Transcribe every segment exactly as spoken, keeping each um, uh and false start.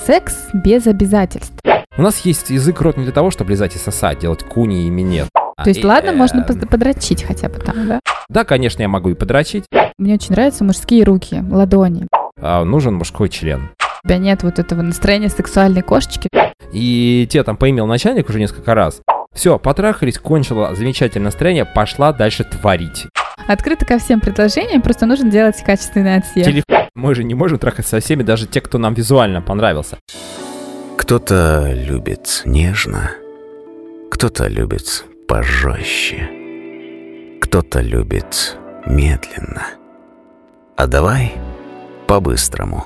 Секс без обязательств. У нас есть язык рот не для того, чтобы лизать и сосать, делать куни и минет. То есть, ладно, можно подрочить хотя бы там, да? Да, конечно, я могу и подрочить. Мне очень нравятся мужские руки, ладони. А, нужен мужской член. У тебя нет вот этого настроения сексуальной кошечки. И тебя там поимел начальник уже несколько раз. Все, потрахались, кончила, замечательное настроение, пошла дальше творить. Открыто ко всем предложениям, просто нужно делать качественный отсев. Телефон. Мы же не можем трахаться со всеми, даже те, кто нам визуально понравился. Кто-то любит нежно, кто-то любит пожестче, кто-то любит медленно. А давай по-быстрому.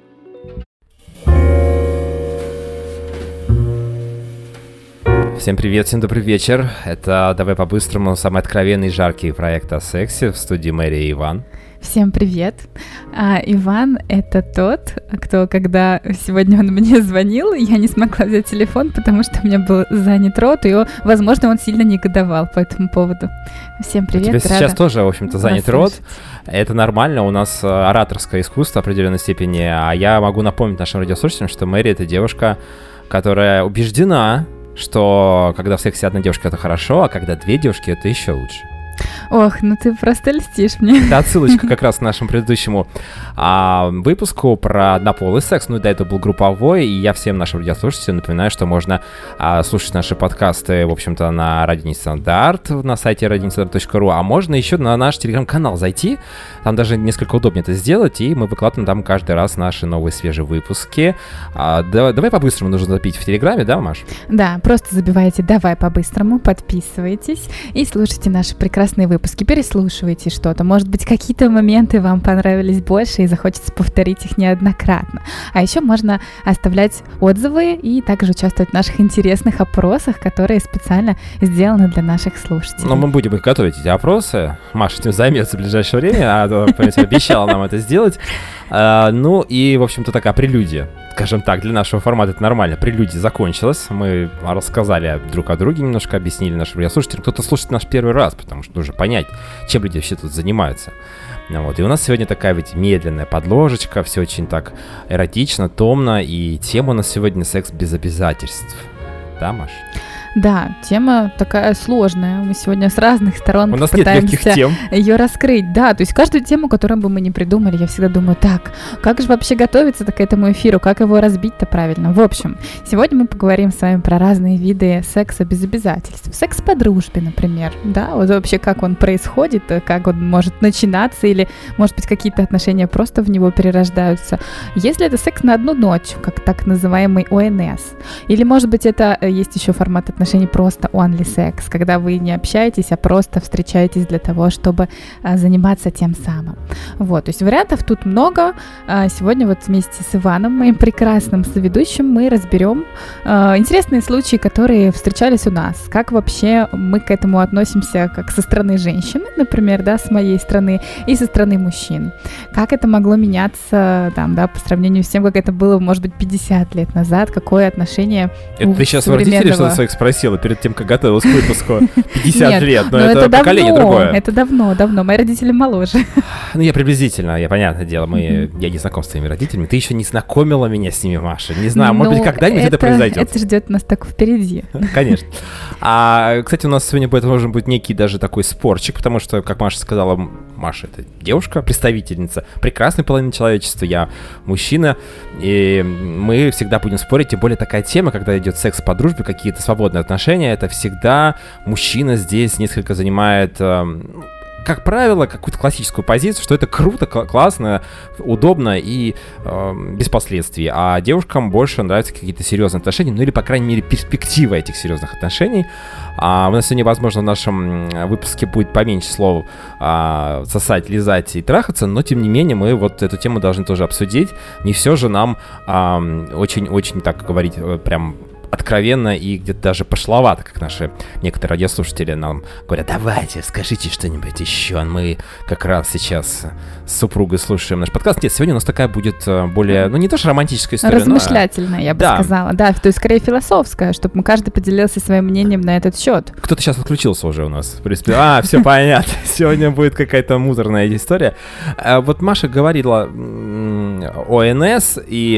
Всем привет, всем добрый вечер. Это «Давай по-быстрому», самый откровенный и жаркий проект о сексе, в студии Мэри и Иван. Всем привет. А, Иван — это тот, кто, когда сегодня он мне звонил, я не смогла взять телефон, потому что у меня был занят рот, и, возможно, он сильно негодовал по этому поводу. Всем привет. У тебя рада сейчас тоже, в общем-то, занят рот. Это нормально, у нас ораторское искусство в определенной степени, а я могу напомнить нашим радиослушателям, что Мэри — это девушка, которая убеждена, что когда в сексе одна девушка — это хорошо, а когда две девушки — это еще лучше. Ох, ну ты просто льстишь мне. Это отсылочка как раз к нашему предыдущему а, выпуску про однополый секс. Ну и до этого был групповой, и я всем нашим радиослушателям напоминаю, что можно а, слушать наши подкасты, в общем-то, на Радио Нестандарт, на сайте радио нестандарт точка ру, а можно еще на наш телеграм-канал зайти, там даже несколько удобнее это сделать, и мы выкладываем там каждый раз наши новые свежие выпуски. А, да, давай по-быстрому нужно запить в Телеграме, да, Маш? Да, просто забивайте «Давай по-быстрому», подписывайтесь и слушайте наши прекрасные выпуски, переслушивайте что-то. Может быть, какие-то моменты вам понравились больше и захочется повторить их неоднократно. А еще можно оставлять отзывы и также участвовать в наших интересных опросах, которые специально сделаны для наших слушателей. Но мы будем их готовить, эти опросы. Маша этим займется в ближайшее время, а то, понимаете, обещала нам это сделать. А, ну и, в общем-то, такая прелюдия. Скажем так, для нашего формата это нормально. Прелюдия закончилась. Мы рассказали друг о друге немножко, объяснили нашим радиослушателям. Кто-то слушает наш первый раз, потому что нужно понять, чем люди вообще тут занимаются. Вот. И у нас сегодня такая ведь медленная подложечка, все очень так эротично, томно. И тема у нас сегодня — секс без обязательств. Да, Маш? Да, тема такая сложная. Мы сегодня с разных сторон У нас пытаемся нет легких тем. ее раскрыть. Да, то есть каждую тему, которую бы мы не придумали, я всегда думаю, так, как же вообще готовиться к этому эфиру, как его разбить-то правильно. В общем, сегодня мы поговорим с вами про разные виды секса без обязательств. Секс по дружбе, например, да, вот вообще как он происходит, как он может начинаться, или, может быть, какие-то отношения просто в него перерождаются. Если это секс на одну ночь, как так называемый о эн эс, или, может быть, это есть еще формат отношений отношений просто only sex, когда вы не общаетесь, а просто встречаетесь для того, чтобы а, заниматься тем самым. Вот, то есть вариантов тут много. А, сегодня вот вместе с Иваном, моим прекрасным соведущим, мы разберем а, интересные случаи, которые встречались у нас. Как вообще мы к этому относимся, как со стороны женщины, например, да, с моей стороны, и со стороны мужчин. Как это могло меняться, там, да, по сравнению с тем, как это было, может быть, пятьдесят лет назад, какое отношение это у ты сейчас современного... в родителей что-то своих спросила перед тем, как готовилась к выпуску? пятьдесят Нет, лет, но, но это, это поколение давно, другое. Это давно, давно. Мои родители моложе. Ну, я приблизительно, я, понятное дело, мы, mm-hmm. я не знаком с твоими родителями. Ты еще не знакомила меня с ними, Маша. Не знаю, ну, может быть, когда-нибудь это, это произойдет. Это ждет нас так впереди. Конечно. А, кстати, у нас сегодня будет, может быть, некий даже такой спорчик, потому что, как Маша сказала, Маша — это девушка, представительница прекрасной половины человечества, я мужчина, и мы всегда будем спорить, тем более такая тема, когда идет секс по дружбе, какие-то свободные отношения, это всегда мужчина здесь несколько занимает... как правило, какую-то классическую позицию, что это круто, классно, удобно и э, без последствий. А девушкам больше нравятся какие-то серьезные отношения, ну или, по крайней мере, перспектива этих серьезных отношений. А у нас сегодня, возможно, в нашем выпуске будет поменьше слов а, сосать, лизать и трахаться, но, тем не менее, мы вот эту тему должны тоже обсудить. Не все же нам а, очень-очень, так говорить, прям... откровенно и где-то даже пошловато, как наши некоторые радиослушатели нам говорят: давайте, скажите что-нибудь еще. Мы как раз сейчас с супругой слушаем наш подкаст. Нет, сегодня у нас такая будет более, ну не то что романтическая история, размышлательная, но... я бы да. сказала. Да, то есть скорее философская, чтобы мы каждый поделился своим мнением на этот счет. Кто-то сейчас отключился уже у нас. В принципе, а, все понятно. Сегодня будет какая-то мусорная история. Вот Маша говорила о эн эс, и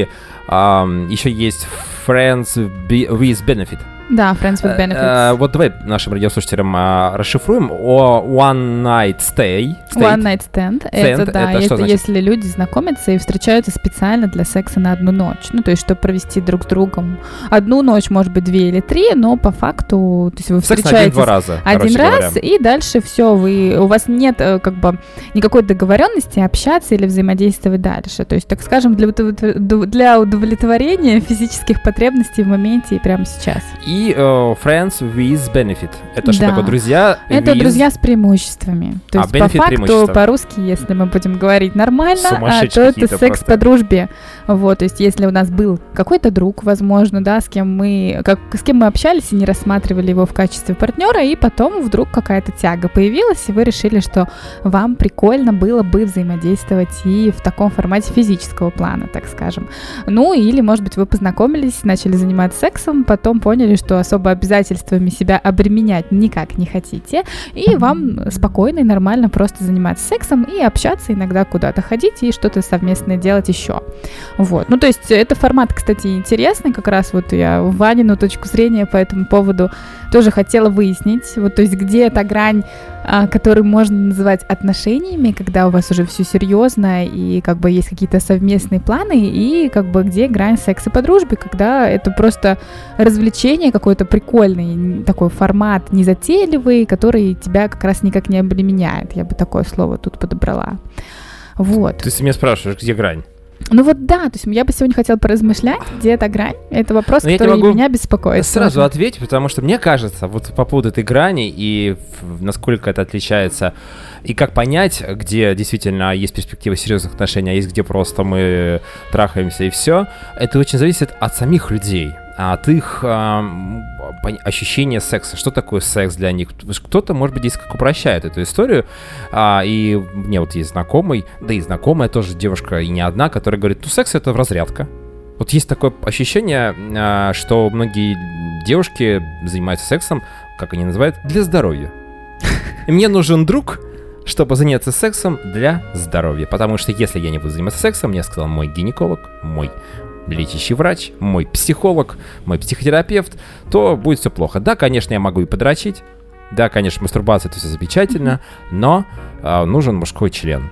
А, еще есть Friends with Benefit. Да, Friends with Benefits. Uh, uh, вот давай нашим радиослушателям uh, расшифруем. О One Night Stay. One Night Stand. Это, да, это если, если люди знакомятся и встречаются специально для секса на одну ночь. Ну, то есть, чтобы провести друг с другом одну ночь, может быть, две или три, но по факту, то есть вы секс встречаетесь один-два раза, один раз, и дальше все, вы, у вас нет как бы никакой договоренности общаться или взаимодействовать дальше. То есть, так скажем, для, для удовлетворения физических потребностей в моменте и прямо сейчас. И uh, Friends with Benefit. Это да. что такое? Друзья Это with... друзья с преимуществами. То а, есть по факту, по-русски, если мы будем говорить нормально, а, то это секс просто. По дружбе. Вот, то есть если у нас был какой-то друг, возможно, да, с кем мы, как, с кем мы общались и не рассматривали его в качестве партнера, и потом вдруг какая-то тяга появилась, и вы решили, что вам прикольно было бы взаимодействовать и в таком формате физического плана, так скажем. Ну, или, может быть, вы познакомились, начали заниматься сексом, потом поняли, что особо обязательствами себя обременять никак не хотите, и вам спокойно и нормально просто заниматься сексом и общаться, иногда куда-то ходить и что-то совместное делать еще. Вот. Ну, то есть это формат, кстати, интересный, как раз вот я Ванину точку зрения по этому поводу тоже хотела выяснить, вот, то есть где эта грань, а, которую можно называть отношениями, когда у вас уже все серьезно и как бы есть какие-то совместные планы, и как бы где грань секса по дружбе, когда это просто развлечение, какой-то прикольный такой формат, незатейливый, который тебя как раз никак не обременяет. Я бы такое слово тут подобрала. Вот. Ты меня спрашиваешь, где грань? Ну вот да, то есть я бы сегодня хотела поразмышлять, где эта грань. Это вопрос, Но который меня беспокоит. Сразу тоже ответить, потому что мне кажется, вот по поводу этой грани и насколько это отличается, и как понять, где действительно есть перспектива серьезных отношений, а есть где просто мы трахаемся и все, это очень зависит от самих людей. От их а, ощущения секса. Что такое секс для них? Кто-то, может быть, здесь как упрощает эту историю. А, и мне вот есть знакомый, да и знакомая тоже девушка, и не одна, которая говорит, ну, секс — это разрядка. Вот есть такое ощущение, а, что многие девушки занимаются сексом, как они называют, для здоровья. И мне нужен друг, чтобы заняться сексом для здоровья. Потому что если я не буду заниматься сексом, мне сказал мой гинеколог, мой лечащий врач, мой психолог, мой психотерапевт, то будет все плохо. Да, конечно, я могу и подрочить, да, конечно, мастурбация — это все замечательно, но э, нужен мужской член.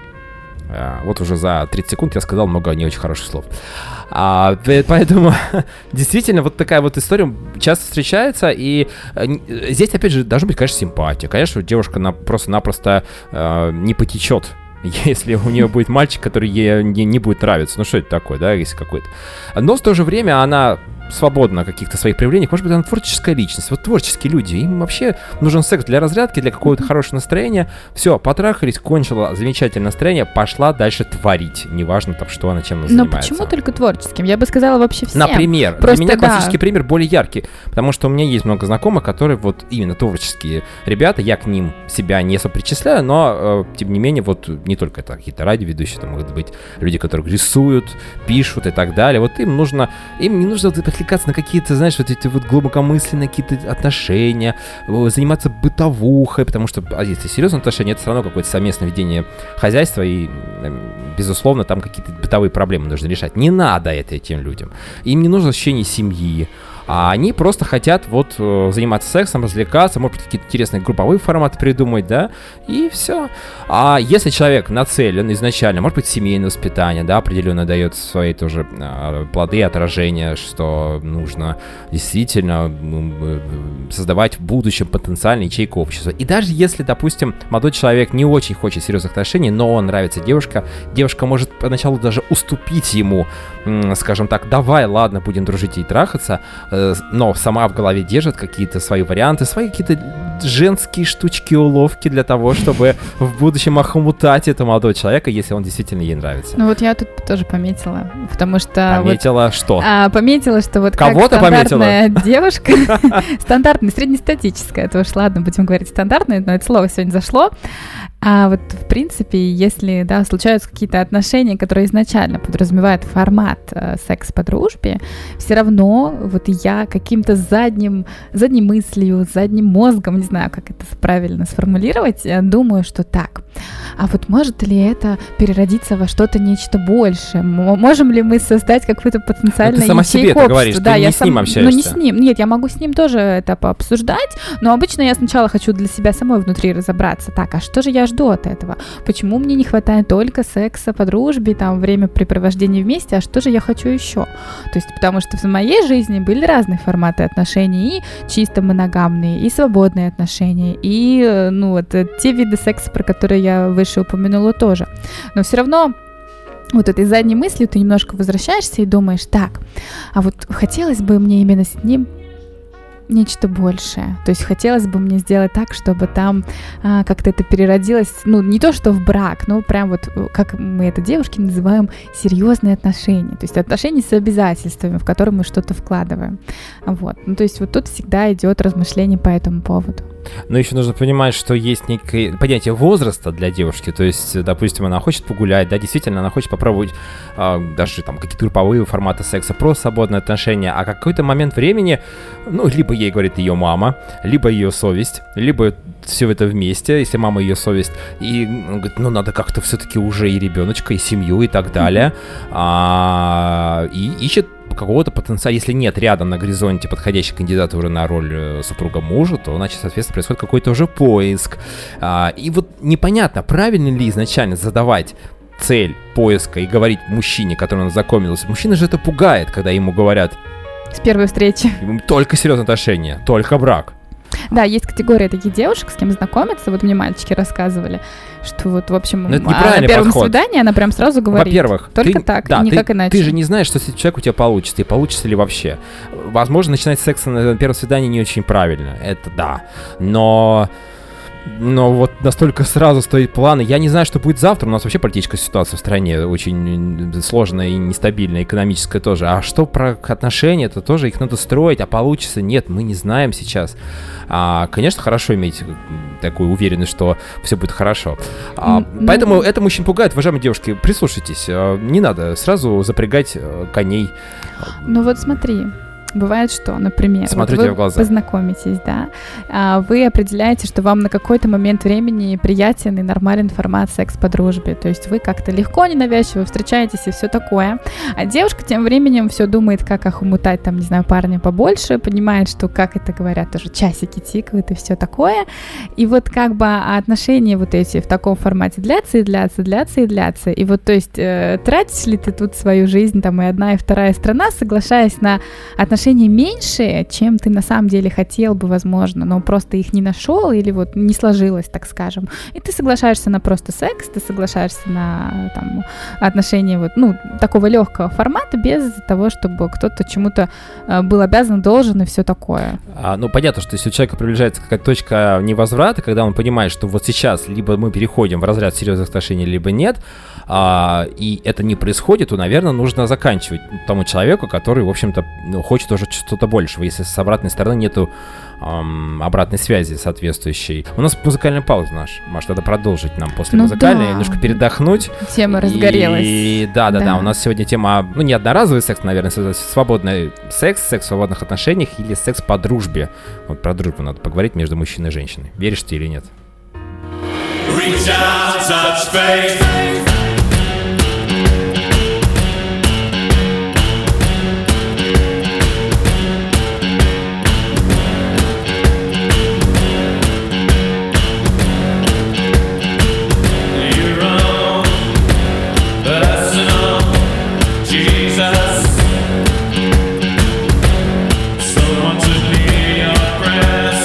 Э, вот уже за тридцать секунд я сказал много не очень хороших слов. А, поэтому действительно вот такая вот история часто встречается, и э, здесь, опять же, должна быть, конечно, симпатия. Конечно, девушка на, просто-напросто э, не потечет, если у нее будет мальчик, который ей не, не будет нравиться. Ну, что это такое, да, если какой-то. Но в то же время она свободна в каких-то своих проявлениях. Может быть, она творческая личность. Вот творческие люди, им вообще нужен секс для разрядки, для какого-то хорошего настроения. Все, потрахались, кончила, замечательное настроение, пошла дальше творить. Неважно там, что она, чем она занимается. Но почему только творческим? Я бы сказала вообще всем. Например. Просто для меня да. классический пример более яркий, потому что у меня есть много знакомых, которые вот именно творческие ребята. Я к ним себя не сопричисляю, но, э, тем не менее, вот не только это какие-то радиоведущие, там могут быть люди, которые рисуют, пишут и так далее. Вот им нужно, им не нужно вот отвлекаться на какие-то, знаешь, вот эти вот глубокомысленные какие-то отношения, заниматься бытовухой, потому что, а если серьезные отношения, это все равно какое-то совместное ведение хозяйства, и, безусловно, там какие-то бытовые проблемы нужно решать. Не надо это этим людям. Им не нужно ощущение семьи. А они просто хотят вот заниматься сексом, развлекаться, может быть, какие-то интересные групповые форматы придумать, да, и все. А если человек нацелен изначально, может быть, семейное воспитание, да, определенно дает свои тоже а, плоды, отражения, что нужно действительно создавать в будущем потенциально ячейку общества. И даже если, допустим, молодой человек не очень хочет серьезных отношений, но он нравится девушка, девушка может поначалу даже уступить ему, скажем так, давай, ладно, будем дружить и трахаться, но сама в голове держит какие-то свои варианты, свои какие-то женские штучки, уловки для того, чтобы в будущем охомутать этого молодого человека, если он действительно ей нравится. Ну вот я тут тоже пометила, потому что... Пометила вот, что? А, пометила, что вот Кого-то как стандартная пометила? Девушка, стандартная, среднестатическая, это уж ладно, будем говорить стандартная, но это слово сегодня зашло. А вот, в принципе, если, да, случаются какие-то отношения, которые изначально подразумевают формат э, секс по дружбе, все равно вот я каким-то задним, задней мыслью, задним мозгом, не знаю, как это правильно сформулировать, думаю, что так. А вот может ли это переродиться во что-то нечто большее? Можем ли мы создать какую-то потенциальную ячейку общества? Ты сама себе это говоришь, да, ты я не сам, с ним общаешься. Ну, не с ним. Нет, я могу с ним тоже это пообсуждать, но обычно я сначала хочу для себя самой внутри разобраться. Так, а что же я жду от этого? Почему мне не хватает только секса по дружбе, там, времяпрепровождения вместе, а что же я хочу еще? То есть, потому что в моей жизни были разные форматы отношений, и чисто моногамные, и свободные отношения, и, ну, вот те виды секса, про которые я выше упомянула, тоже. Но все равно вот этой задней мыслью ты немножко возвращаешься и думаешь, так, а вот хотелось бы мне именно с ним нечто большее. То есть хотелось бы мне сделать так, чтобы там а, как-то это переродилось, ну, не то, что в брак, но прям вот, как мы это, девушки, называем серьезные отношения. То есть отношения с обязательствами, в которые мы что-то вкладываем. Вот. Ну, то есть вот тут всегда идет размышление по этому поводу. Но еще нужно понимать, что есть некое понятие возраста для девушки. То есть, допустим, она хочет погулять, да, действительно, она хочет попробовать э, даже там какие-то групповые форматы секса, просто свободные отношения. А какой-то момент времени, ну, либо ей говорит ее мама, либо ее совесть, либо все это вместе, если мама ее совесть. И он говорит, ну, надо как-то все-таки уже и ребеночка, и семью, и так далее. А, и ищет какого-то потенциала, если нет рядом на горизонте подходящей кандидатуры на роль супруга мужа, то, значит, соответственно, происходит какой-то уже поиск. А, и вот непонятно, правильно ли изначально задавать цель поиска и говорить мужчине, который он знакомился. Мужчина же это пугает, когда ему говорят с первой встречи. Только серьезные отношения, только брак. Да, есть категория таких девушек, с кем знакомиться. Вот мне мальчики рассказывали, что вот, в общем, а на первом подход. свидании она прям сразу говорит. Во-первых, только ты, да, так, никак ты, иначе. Ты же не знаешь, что человек у тебя получится, и получится ли вообще. Возможно, начинать секс на первом свидании не очень правильно, это да. Но... Но вот настолько сразу стоит планы. Я не знаю, что будет завтра. У нас вообще политическая ситуация в стране очень сложная и нестабильная, экономическая тоже. А что про отношения? Это тоже их надо строить. А получится? Нет, мы не знаем сейчас. А, конечно, хорошо иметь такую уверенность, что все будет хорошо. А, ну, поэтому это мужчин пугает. Уважаемые девушки, прислушайтесь. Не надо сразу запрягать коней. Ну вот смотри. Бывает, что, например, вот вы познакомитесь, да, а вы определяете, что вам на какой-то момент времени приятен и нормален формат секс по дружбе, то есть вы как-то легко, ненавязчиво встречаетесь и все такое, а девушка тем временем все думает, как охмутать, там, не знаю, парня побольше, понимает, что, как это говорят, тоже часики тикают и все такое, и вот как бы отношения вот эти в таком формате длятся и длятся, длятся и длятся, и вот, то есть, э, тратишь ли ты тут свою жизнь, там, и одна, и вторая страна, соглашаясь на отношения меньше, чем ты на самом деле хотел бы, возможно, но просто их не нашел или вот не сложилось, так скажем. И ты соглашаешься на просто секс, ты соглашаешься на там, отношения вот, ну, такого легкого формата, без того, чтобы кто-то чему-то э, был обязан, должен и все такое. А, ну, понятно, что если у человека приближается какая-то точка невозврата, когда он понимает, что вот сейчас либо мы переходим в разряд серьезных отношений, либо нет, а, и это не происходит, то, наверное, нужно заканчивать тому человеку, который, в общем-то, ну, хочет уже что-то большего, если с обратной стороны нету эм, обратной связи соответствующей. У нас музыкальная пауза, наш. Маш, надо продолжить нам после ну музыкальной, да. немножко передохнуть. Тема разгорелась. И да, да, да, да, у нас сегодня тема, ну, не одноразовый секс, наверное, свободный секс, секс в свободных отношениях или секс по дружбе. Вот про дружбу надо поговорить между мужчиной и женщиной. Веришь ты или нет? Reach out, touch faith.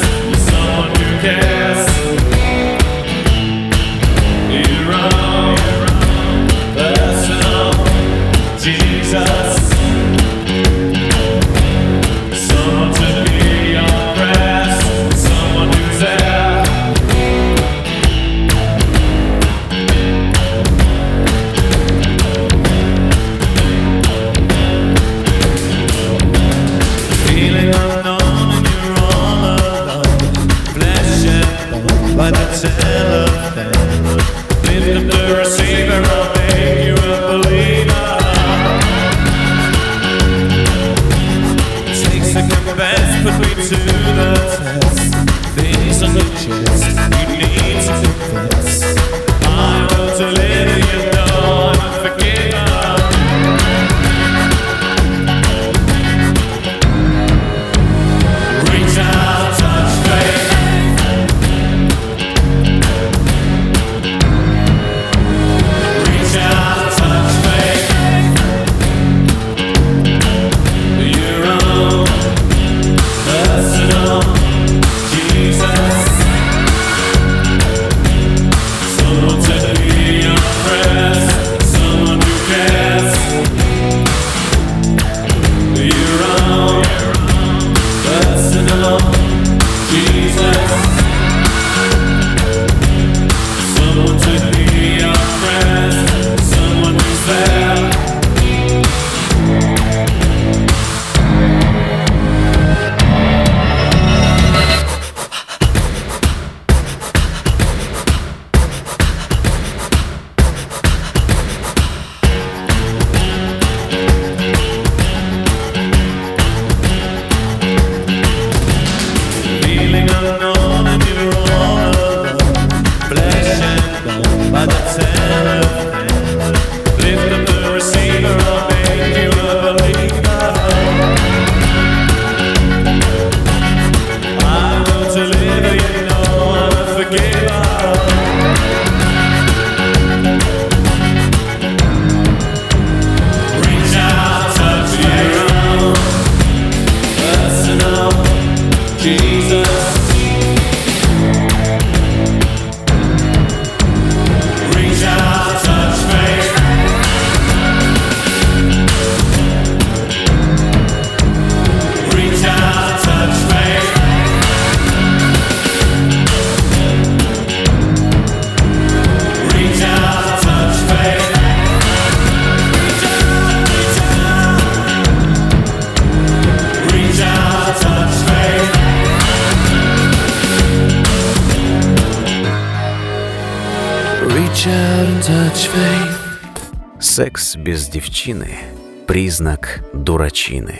You're wrong. Секс без девчины – признак дурачины.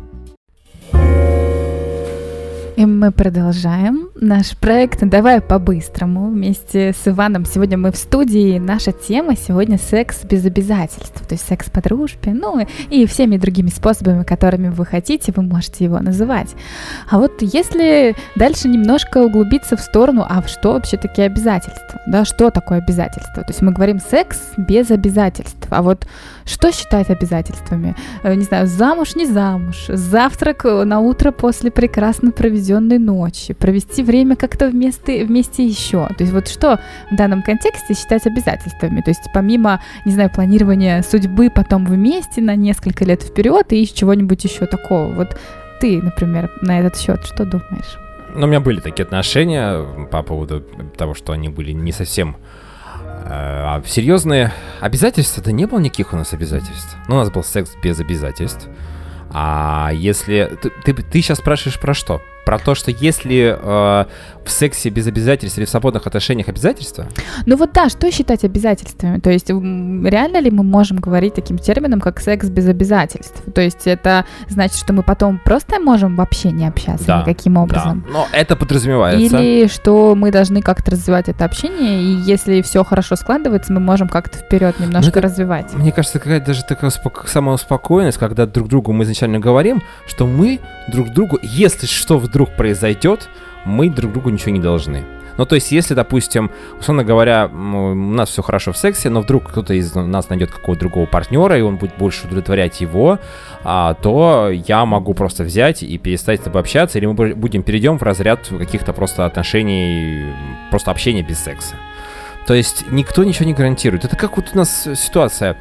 И мы продолжаем наш проект «Давай по-быстрому» вместе с Иваном. Сегодня мы в студии. Наша тема сегодня секс без обязательств. То есть секс по дружбе, ну и всеми другими способами, которыми вы хотите, вы можете его называть. А вот если дальше немножко углубиться в сторону, а что вообще такие обязательства? Да, что такое обязательство? То есть мы говорим секс без обязательств. А вот что считать обязательствами? Не знаю, замуж, не замуж, завтрак на утро после прекрасно проведенной ночи, провести время как-то вместе, вместе еще. То есть вот что в данном контексте считать обязательствами? То есть помимо, не знаю, планирования судьбы потом вместе на несколько лет вперед и чего-нибудь еще такого. Вот ты, например, на этот счет что думаешь? Ну, у меня были такие отношения по поводу того, что они были не совсем э, серьезные. Обязательства, да не было никаких у нас обязательств. Ну, у нас был секс без обязательств. А если... Ты, ты, ты сейчас спрашиваешь про что? Про то, что если э, в сексе без обязательств или в свободных отношениях обязательства? Ну вот да, что считать обязательствами? То есть реально ли мы можем говорить таким термином, как секс без обязательств? То есть это значит, что мы потом просто можем вообще не общаться да, никаким образом? Да, но это подразумевается. Или что мы должны как-то развивать это общение, и если все хорошо складывается, мы можем как-то вперед немножко это, развивать? Мне кажется, какая-то даже такая споко- самоуспокоенность, когда друг другу мы изначально говорим, что мы друг другу, если что вдруг произойдет, мы друг другу ничего не должны. Ну, то есть, если, допустим, условно говоря, у нас все хорошо в сексе, но вдруг кто-то из нас найдет какого-то другого партнера, и он будет больше удовлетворять его, а, то я могу просто взять и перестать с тобой общаться, или мы будем перейдем в разряд каких-то просто отношений, просто общения без секса. То есть никто ничего не гарантирует. Это как вот у нас ситуация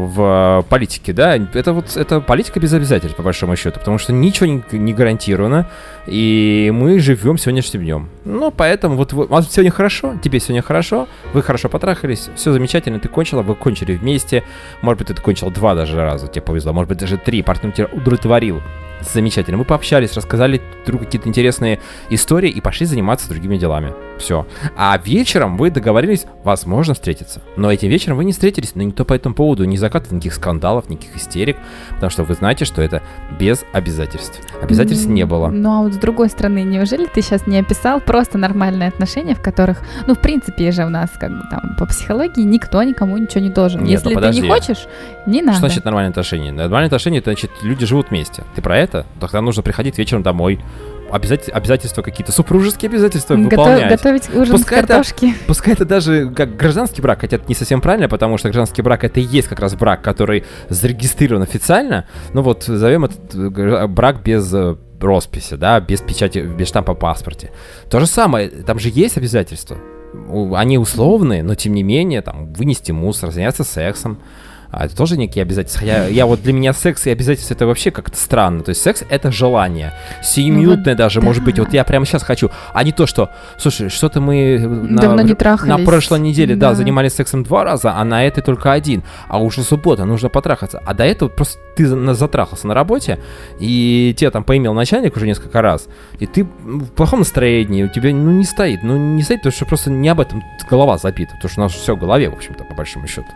в политике, да? Это вот это политика без обязательств, по большому счету, потому что ничего не, не гарантировано, и мы живем сегодняшним днем. Ну, поэтому вот у вас сегодня хорошо, тебе сегодня хорошо, вы хорошо потрахались, все замечательно, ты кончила, вы кончили вместе, может быть, ты кончил два даже раза, тебе повезло, может быть, даже три, партнер тебя удовлетворил. Замечательно. Мы пообщались, рассказали другу какие-то интересные истории и пошли заниматься другими делами. Все. А вечером вы договорились, возможно, встретиться. Но этим вечером вы не встретились, но никто по этому поводу не закатывает никаких скандалов, никаких истерик, потому что вы знаете, что это без обязательств. Обязательств mm, не было. Ну а вот с другой стороны, неужели ты сейчас не описал просто нормальные отношения, в которых, ну, в принципе же у нас как бы там по психологии никто никому ничего не должен. Нет, Если ну, ты не хочешь, не надо. Что значит нормальные отношения? Нормальные отношения, это значит, люди живут вместе. Ты про это? Тогда нужно приходить вечером домой. Обязатель, обязательства какие-то, супружеские обязательства Готов, выполнять. Готовить ужин пускай с картошки. Это, пускай это даже как гражданский брак, хотя это не совсем правильно, потому что гражданский брак это и есть как раз брак, который зарегистрирован официально. Ну вот, зовем этот брак без росписи, да, без печати, без штампа в паспорте. То же самое, там же есть обязательства. Они условные, но тем не менее, там, вынести мусор, заняться сексом. А это тоже некие обязательства. Я, я вот для меня секс и обязательства это вообще как-то странно. То есть секс это желание. Сиюминутное ну, вот даже, да. Может быть. Вот я прямо сейчас хочу. А не то, что, слушай, что-то мы давно на, не трахались. На прошлой неделе, да. да, занимались сексом два раза, а на этой только один. А уже суббота, нужно потрахаться. А до этого просто ты затрахался на работе, и тебя там поимел начальник уже несколько раз, и ты в плохом настроении, у тебя ну не стоит. Ну не стоит, потому что просто не об этом голова забита. Потому что у нас все в голове, в общем-то, по большому счету.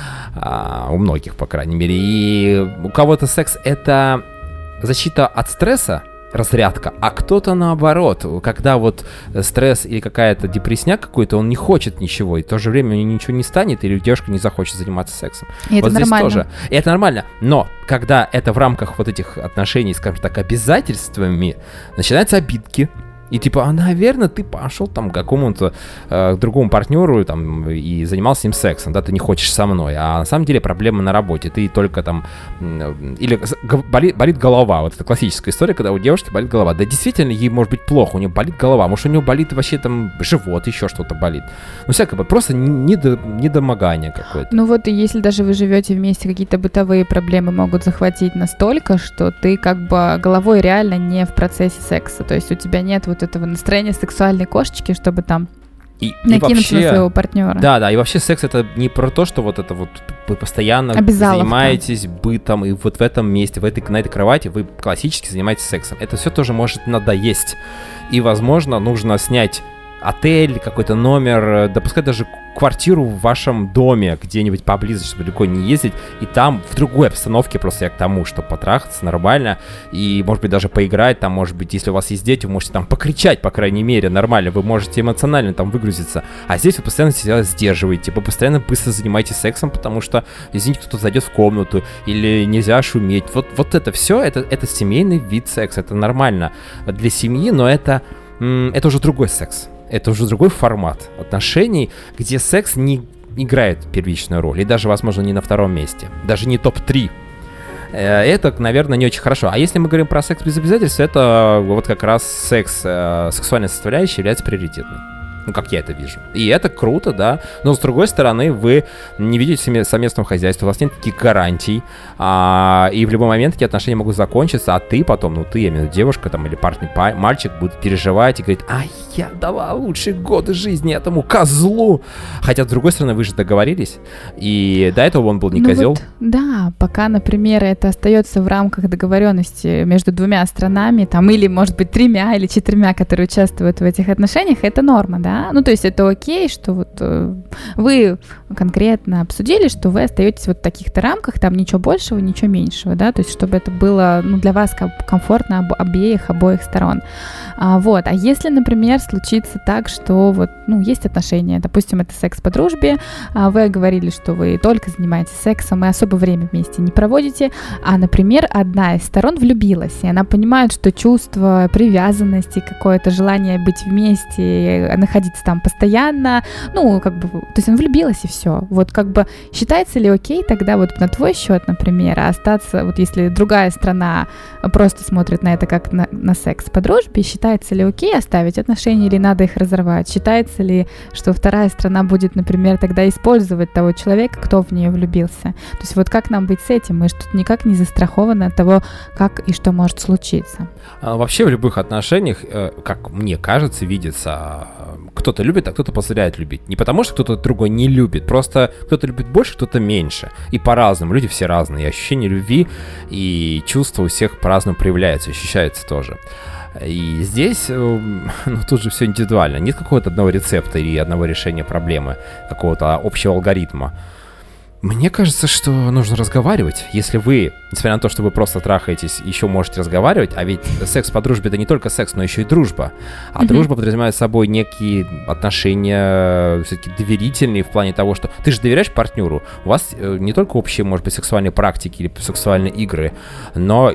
А, у многих, по крайней мере. И у кого-то секс — это защита от стресса, разрядка, а кто-то наоборот, когда вот стресс или какая-то депрессняк какой-то, он не хочет ничего, и в то же время у него ничего не станет, или девушка не захочет заниматься сексом. И вот это здесь нормально. тоже. И это нормально, но когда это в рамках вот этих отношений, скажем так, обязательствами, начинаются обидки. И типа, а, наверное, ты пошел там к какому-то э, другому партнеру там, и занимался им сексом, да, ты не хочешь со мной. А на самом деле проблема на работе. Ты только там... Э, или болит, болит голова. Вот это классическая история, когда у девушки болит голова. Да действительно, ей может быть плохо, у нее болит голова. Может, у нее болит вообще там живот, еще что-то болит. Ну, всякое, просто недо, недомогание какое-то. Ну вот, и если даже вы живете вместе, какие-то бытовые проблемы могут захватить настолько, что ты как бы головой реально не в процессе секса. То есть у тебя нет вот этого настроения сексуальной кошечки, чтобы там и, накинуться и вообще, на своего партнера. Да, да, и вообще секс это не про то, что вот это вот вы постоянно Обязаловка. Занимаетесь бытом, и вот в этом месте, в этой, на этой кровати вы классически занимаетесь сексом. Это все тоже может надоесть. И, возможно, нужно снять отель, какой-то номер, да пускай даже квартиру в вашем доме где-нибудь поблизости, чтобы далеко не ездить, и там в другой обстановке, просто я к тому, чтобы потрахаться нормально, и, может быть, даже поиграть, там, может быть, если у вас есть дети, вы можете там покричать, по крайней мере, нормально, вы можете эмоционально там выгрузиться, а здесь вы постоянно себя сдерживаете, вы постоянно быстро занимаетесь сексом, потому что, извините, кто-то зайдет в комнату, или нельзя шуметь, вот, вот это все, это, это семейный вид секса, это нормально для семьи, но это, это уже другой секс. Это уже другой формат отношений, где секс не играет первичную роль, и даже, возможно, не на втором месте, даже не топ три. Это, наверное, не очень хорошо. А если мы говорим про секс без обязательств, это вот как раз секс, сексуальная составляющая является приоритетной. Ну, как я это вижу. И это круто, да. Но, с другой стороны, вы не видите совместного хозяйства, у вас нет таких гарантий, а, и в любой момент эти отношения могут закончиться, а ты потом, ну, ты, я имею в виду, девушка там или парень, мальчик будет переживать и говорить: а я дала лучшие годы жизни этому козлу. Хотя, с другой стороны, вы же договорились, и до этого он был не ну козел. Вот, да, пока, например, это остается в рамках договоренности между двумя странами, там, или, может быть, тремя или четырьмя, которые участвуют в этих отношениях, это норма, да. Да? Ну, то есть это окей, что вот э, вы конкретно обсудили, что вы остаетесь вот в таких-то рамках, там ничего большего, ничего меньшего, да, то есть чтобы это было, ну, для вас комфортно об, обеих, обоих сторон. А, вот, а если, например, случится так, что вот, ну, есть отношения, допустим, это секс по дружбе, а вы говорили, что вы только занимаетесь сексом и особо время вместе не проводите, а, например, одна из сторон влюбилась, и она понимает, что чувство привязанности, какое-то желание быть вместе, находиться там постоянно, ну, как бы, то есть он влюбилась и все. Вот как бы считается ли окей тогда вот на твой счет, например, остаться, вот если другая страна просто смотрит на это как на, на секс по дружбе, считается ли окей оставить отношения или надо их разорвать? Считается ли, что вторая страна будет, например, тогда использовать того человека, кто в нее влюбился? То есть вот как нам быть с этим? Мы же тут никак не застрахованы от того, как и что может случиться. А вообще в любых отношениях, как мне кажется, видится, кто-то любит, а кто-то позволяет любить. Не потому, что кто-то другой не любит, просто кто-то любит больше, кто-то меньше. И по-разному, люди все разные. И ощущение любви, и чувства у всех по-разному проявляются, ощущаются тоже. И здесь, ну, тут же все индивидуально. Нет какого-то одного рецепта или одного решения проблемы, какого-то общего алгоритма. Мне кажется, что нужно разговаривать. Если вы, несмотря на то, что вы просто трахаетесь, еще можете разговаривать, а ведь секс по дружбе — это не только секс, но еще и дружба. А mm-hmm. дружба подразумевает собой некие отношения все-таки доверительные в плане того, что ты же доверяешь партнеру. У вас не только общие, может быть, сексуальные практики или сексуальные игры, но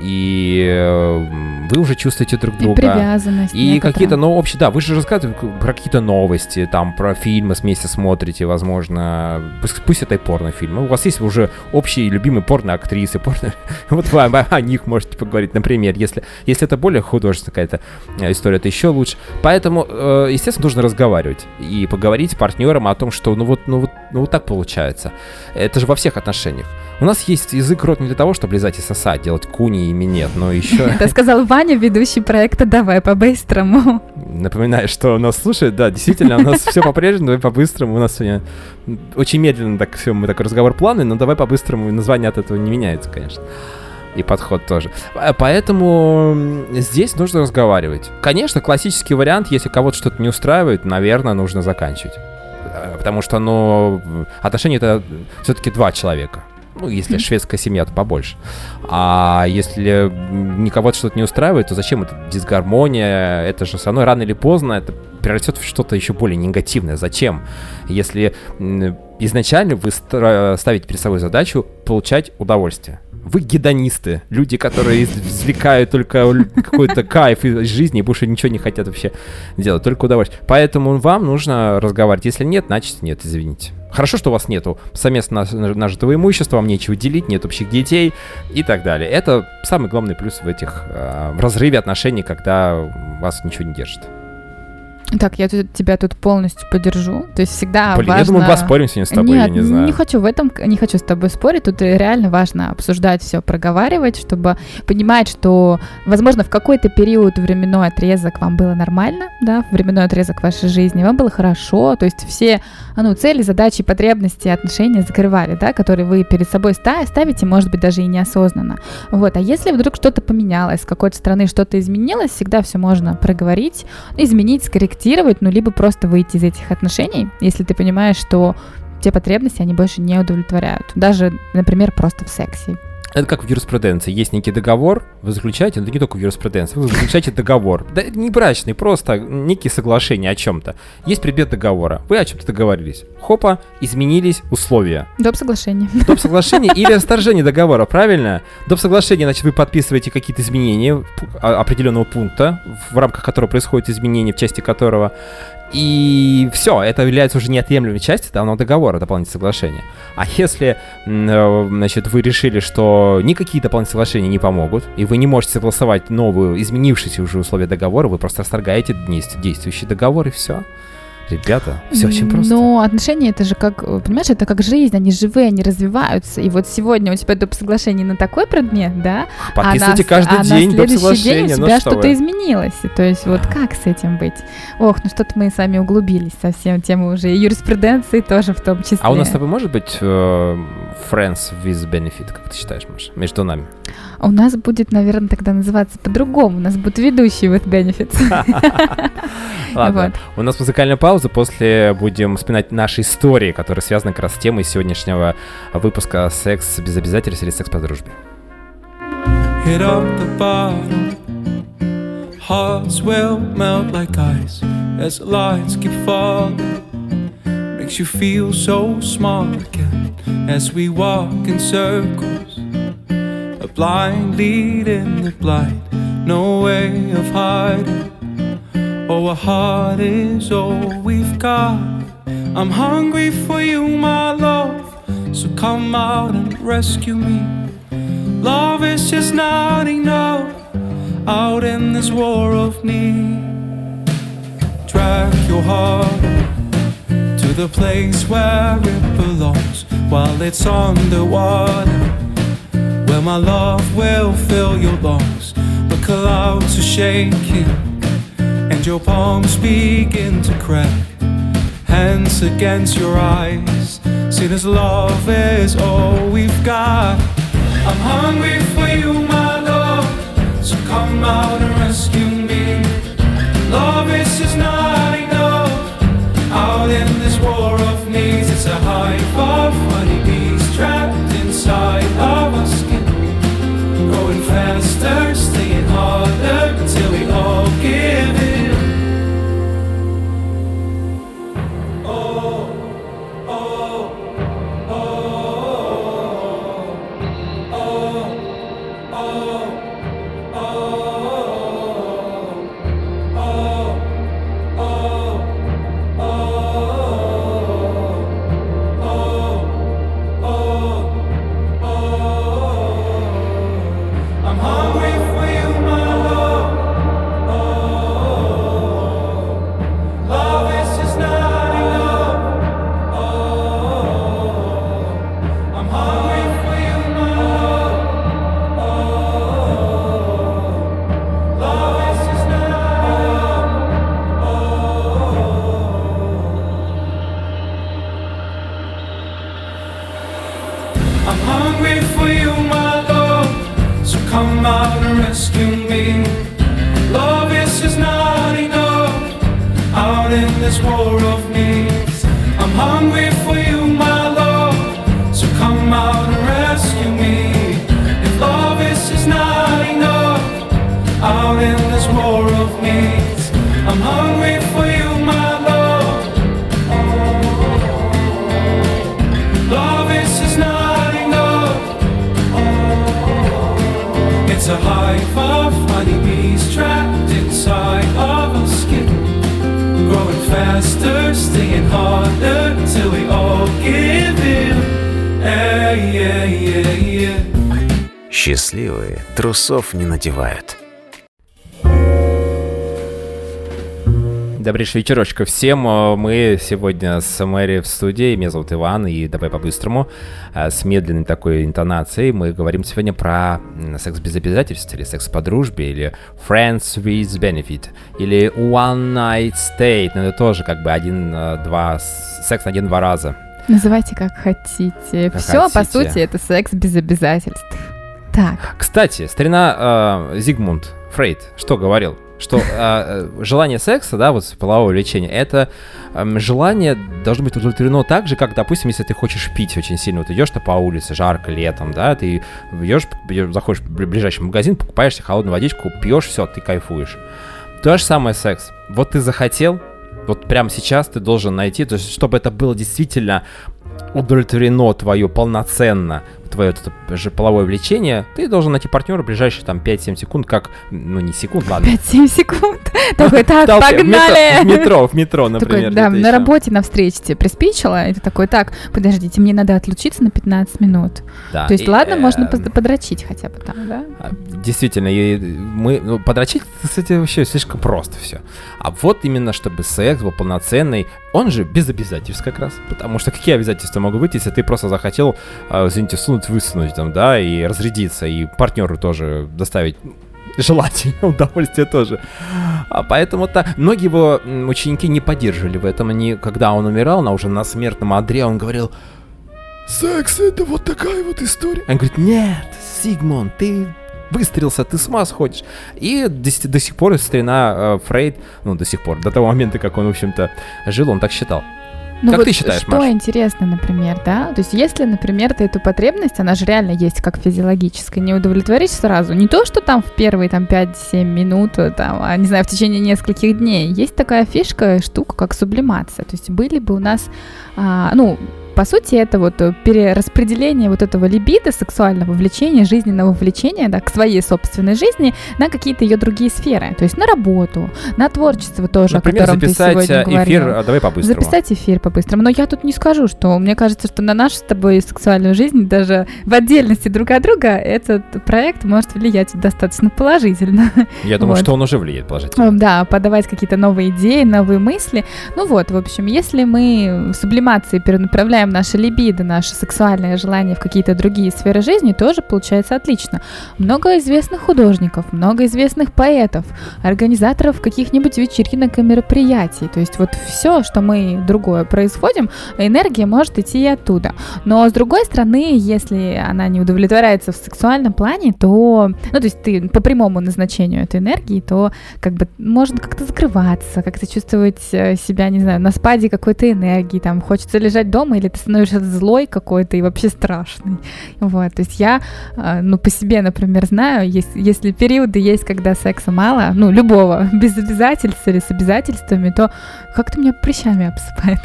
и вы уже чувствуете друг друга. И привязанность. И какие-то, ну, общие, да, вы же рассказываете про какие-то новости, там, про фильмы вместе смотрите, возможно, пусть, пусть это и порнофильм. У вас есть уже общие любимые порно-актрисы, порно... вот вы о, о них можете поговорить, например, если, если это более художественная какая-то история, это еще лучше. Поэтому, э, естественно, нужно разговаривать и поговорить с партнером о том, что ну вот, ну, вот, ну вот так получается. Это же во всех отношениях. У нас есть язык, рот не для того, чтобы лизать и сосать, делать куни и минет, но еще... Это сказал Ваня, ведущий проекта «Давай по-быстрому». Напоминаю, что нас слушает, да, действительно, у нас все по-прежнему, давай по-быстрому, у нас сегодня очень медленно так все, мы такой разговор плавный, но давай по-быстрому, название от этого не меняется, конечно, и подход тоже. Поэтому здесь нужно разговаривать. Конечно, классический вариант, если кого-то что-то не устраивает, наверное, нужно заканчивать, потому что, ну, отношения — это все-таки два человека. Ну, если шведская семья, то побольше. А если никого что-то не устраивает, то зачем это дисгармония? Это же со мной рано или поздно это превратит в что-то еще более негативное. Зачем? Если изначально вы ставите перед собой задачу получать удовольствие. Вы гедонисты, люди, которые извлекают только какой-то кайф из жизни и больше ничего не хотят вообще делать, только удовольствие. Поэтому вам нужно разговаривать. Если нет, значит нет, извините. Хорошо, что у вас нету совместно нажитого имущества, вам нечего делить, нет общих детей и так далее. Это самый главный плюс в этих э, в разрыве отношений, когда вас ничего не держит. Так, я тут, тебя тут полностью поддержу. То есть всегда Блин, важно... я думаю, мы поспорим сегодня с тобой, Нет, я не знаю. не хочу в этом, не хочу с тобой спорить. Тут реально важно обсуждать все, проговаривать, чтобы понимать, что, возможно, в какой-то период временной отрезок вам было нормально, да, временной отрезок вашей жизни, вам было хорошо, то есть все, ну, цели, задачи, потребности, отношения закрывали, да, которые вы перед собой ставите, может быть, даже и неосознанно. Вот, а если вдруг что-то поменялось, с какой-то стороны что-то изменилось, всегда все можно проговорить, изменить, скорректировать, корректировать, ну, либо просто выйти из этих отношений, если ты понимаешь, что те потребности, они больше не удовлетворяют. Даже, например, просто в сексе. Это как в юриспруденции. Есть некий договор, вы заключаете, но это не только в юриспруденции, вы заключаете договор. Да не брачный, просто некие соглашения о чем-то. Есть предмет договора, вы о чем-то договорились. Хопа, изменились условия. Доп. Соглашение. Доп. Соглашение или расторжение договора, правильно? Доп. Соглашение, значит, вы подписываете какие-то изменения определенного пункта, в рамках которого происходит изменение, в части которого... И все, это является уже неотъемлемой частью данного договора, дополнительного соглашения. А если, значит, вы решили, что никакие дополнительные соглашения не помогут, и вы не можете согласовать новую, изменившиеся уже условия договора, вы просто расторгаете действующий договор, и все. Ребята, все очень просто. Но отношения, это же как, понимаешь, это как жизнь, они живые, они развиваются. И вот сегодня у тебя доп. Соглашение на такой предмет, да? Подписывайте а каждый на, день а доп. Соглашение. А на следующий день у тебя ну, что-то что изменилось. То есть вот как с этим быть? Ох, ну что-то мы с вами углубились совсем. Тему уже и юриспруденции тоже в том числе. А у нас с тобой может быть uh, friends with benefit, как ты считаешь, Маша, между нами? У нас будет, наверное, тогда называться по-другому. У нас будет ведущий with benefits. Ладно, у нас музыкальная пауза, после будем вспоминать наши истории, которые связаны как раз с темой сегодняшнего выпуска «Секс без обязательств» или «Секс по дружбе». Hit up the bottom, hearts will melt like ice as the lights keep falling. Makes you feel so small again as we walk in circles. A blind lead in the blind, no way of hiding. Oh, a heart is all we've got. I'm hungry for you, my love, so come out and rescue me. Love is just not enough out in this war of need. Drag your heart to the place where it belongs while it's underwater, where my love will fill your lungs. The clouds are shaking and your palms begin to crack. Hands against your eyes, see this love is all we've got. I'm hungry for you, my love, so come out and rescue me. Love is just not enough out in this war of needs. It's a hive of honeybees trapped inside of our skin, growing faster, staying harder until we all give in. Счастливые трусов не надевают. Добрейшего вечерочка всем. Мы сегодня с Мэри в студии. Меня зовут Иван, и давай по-быстрому, с медленной такой интонацией, мы говорим сегодня про секс без обязательств, или секс по дружбе, или friends with benefit, или one night stay. Но это тоже как бы один-два, секс на один-два раза. Называйте как хотите. Как Все, хотите. по сути, это секс без обязательств. Так. Кстати, старина э, Зигмунд Фрейд что говорил? что э, желание секса, да, вот полового влечения, это э, желание должно быть удовлетворено так же, как, допустим, если ты хочешь пить очень сильно, вот идешь ты по улице, жарко летом, да, ты идешь, заходишь в ближайший магазин, покупаешь себе холодную водичку, пьешь, все, ты кайфуешь. То же самое секс. Вот ты захотел, вот прямо сейчас ты должен найти, то есть чтобы это было действительно удовлетворено твое полноценно, твое это же половое влечение, ты должен найти партнера в ближайшие там пять-семь секунд, как, ну не секунд, ладно. пять-семь секунд. Такой, так, погнали! В метро, в метро, например. Да, на работе, на встрече тебе приспичило, и ты такой, так, подождите, мне надо отлучиться на пятнадцать минут. То есть, ладно, можно подрочить хотя бы там, да? Действительно, мы подрочить, кстати, вообще слишком просто все. А вот именно, чтобы секс был полноценный, он же без обязательств как раз, потому что какие обязательства могут быть, если ты просто захотел, извините, всунуть, высунуть там, да, и разрядиться, и партнеру тоже доставить желательно удовольствие тоже. А поэтому так, многие его ученики не поддерживали в этом, они, когда он умирал, на уже на смертном одре, он говорил: секс — это вот такая вот история. Он говорит: нет, Сигмунд, ты выстрелился, ты с ума сходишь. И до, до сих пор старина э, Фрейд, ну, до сих пор, до того момента, как он, в общем-то, жил, он так считал. Ну как вот ты считаешь, что Маш? Интересно, например, да? То есть если, например, ты эту потребность, она же реально есть как физиологическая, не удовлетворишь сразу. Не то, что там в первые там пять-семь минут, там, а, не знаю, в течение нескольких дней. Есть такая фишка, штука, как сублимация. То есть были бы у нас, а, ну, по сути, это вот перераспределение вот этого либидо, сексуального влечения, жизненного влечения, да, к своей собственной жизни на какие-то ее другие сферы. То есть на работу, на творчество тоже, например, о котором ты сегодня говорил. Эфир, давай по-быстрому. Записать эфир по-быстрому. Но я тут не скажу, что мне кажется, что на нашу с тобой сексуальную жизнь даже в отдельности друг от друга этот проект может влиять достаточно положительно. Я думаю, вот. что он уже влияет положительно. Да, подавать какие-то новые идеи, новые мысли. Ну вот, в общем, если мы в сублимации перенаправляем наше либидо, наше сексуальное желание в какие-то другие сферы жизни, тоже получается отлично. Много известных художников, много известных поэтов, организаторов каких-нибудь вечеринок и мероприятий. То есть вот все, что мы другое производим, энергия может идти и оттуда. Но с другой стороны, если она не удовлетворяется в сексуальном плане, то, ну то есть ты по прямому назначению этой энергии, то как бы можно как-то закрываться, как-то чувствовать себя, не знаю, на спаде какой-то энергии, там хочется лежать дома, или ты становишься злой какой-то и вообще страшный. Вот, то есть я, ну, по себе, например, знаю, есть, если периоды есть, когда секса мало, ну, любого, без обязательств или с обязательствами, то как-то меня прыщами обсыпает.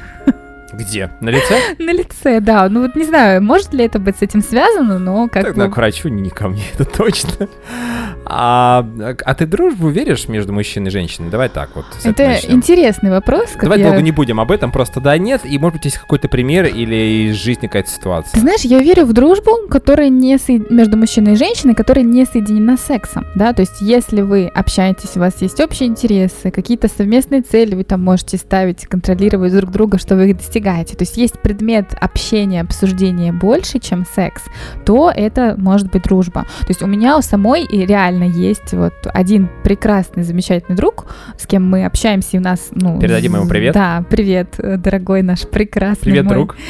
Где? На лице? На лице, да. Ну вот не знаю, может ли это быть с этим связано, но как Тогда бы... к врачу, не ко мне, это точно. А, а ты дружбу веришь между мужчиной и женщиной? Давай так вот. Это начнем. Интересный вопрос. Давай я... долго не будем об этом, просто да, нет. И может быть есть какой-то пример или из жизни какая-то ситуация. Ты знаешь, я верю в дружбу, которая не со... между мужчиной и женщиной, которая не соединена сексом, да, то есть если вы общаетесь, у вас есть общие интересы, какие-то совместные цели, вы там можете ставить, контролировать друг друга, что вы их достигаете, то есть есть предмет общения, обсуждения больше, чем секс, то это может быть дружба. То есть у меня у самой и реально есть вот один прекрасный, замечательный друг, с кем мы общаемся, и у нас... Ну, передадим ему привет. Да, привет, дорогой наш прекрасный Привет, мой. друг.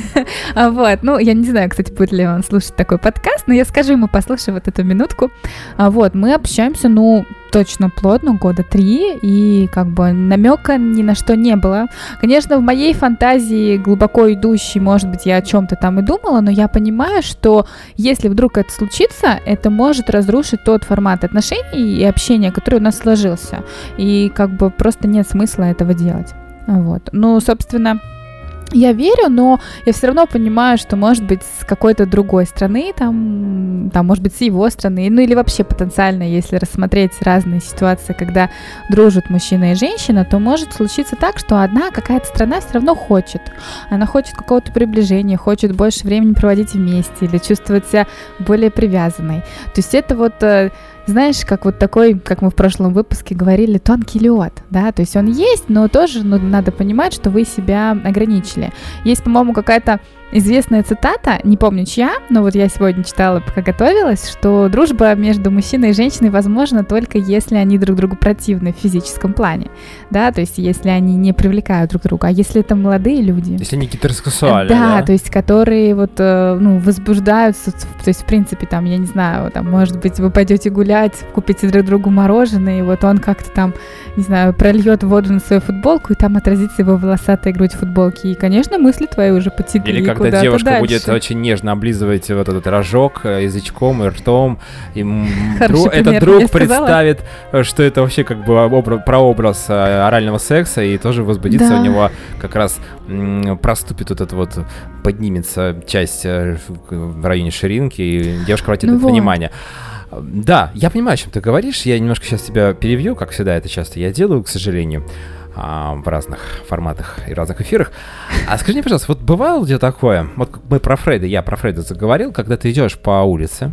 Вот, ну, я не знаю, кстати, будет ли он слушать такой подкаст, но я скажу ему, послушай вот эту минутку. Вот, мы общаемся, ну, точно плотно, года три, и как бы намека ни на что не было. Конечно, в моей фантазии глубоко идущей, может быть, я о чем-то там и думала, но я понимаю, что если вдруг это случится, это может разрушить тот формат отношений и общения, который у нас сложился. И как бы просто нет смысла этого делать. Вот. Ну, собственно... Я верю, но я все равно понимаю, что, может быть, с какой-то другой страны, там, там, может быть, с его страны, ну или вообще потенциально, если рассмотреть разные ситуации, когда дружат мужчина и женщина, то может случиться так, что одна какая-то страна все равно хочет. Она хочет какого-то приближения, хочет больше времени проводить вместе или чувствовать себя более привязанной. То есть это вот... Знаешь, как вот такой, как мы в прошлом выпуске говорили, тонкий лед, да, то есть он есть, но тоже ну, надо понимать, что вы себя ограничили. Есть, по-моему, какая-то известная цитата, не помню чья, но вот я сегодня читала, пока готовилась, что дружба между мужчиной и женщиной возможна только если они друг другу противны в физическом плане, да, то есть если они не привлекают друг друга, а если это молодые люди. Если они гетеросексуальные, да, да? то есть которые вот, ну, возбуждаются, то есть в принципе там, я не знаю, там, может быть, вы пойдете гулять, купите друг другу мороженое, и вот он как-то там, не знаю, прольет воду на свою футболку, и там отразится его волосатая грудь в футболке, и, конечно, мысли твои уже потекли. Или когда девушка дальше. будет очень нежно облизывать вот этот рожок язычком и ртом, и друг, этот друг представит, что это вообще как бы образ, прообраз орального секса, и тоже возбудится, да. у него как раз м, проступит вот это вот, поднимется часть в районе ширинки, и девушка обратит ну это вот. внимание. Да, я понимаю, о чем ты говоришь, я немножко сейчас тебя перевью, как всегда это часто я делаю, к сожалению, в разных форматах и разных эфирах. А скажи мне, пожалуйста, вот бывало у тебя такое, вот мы про Фрейда, я про Фрейда заговорил, когда ты идешь по улице,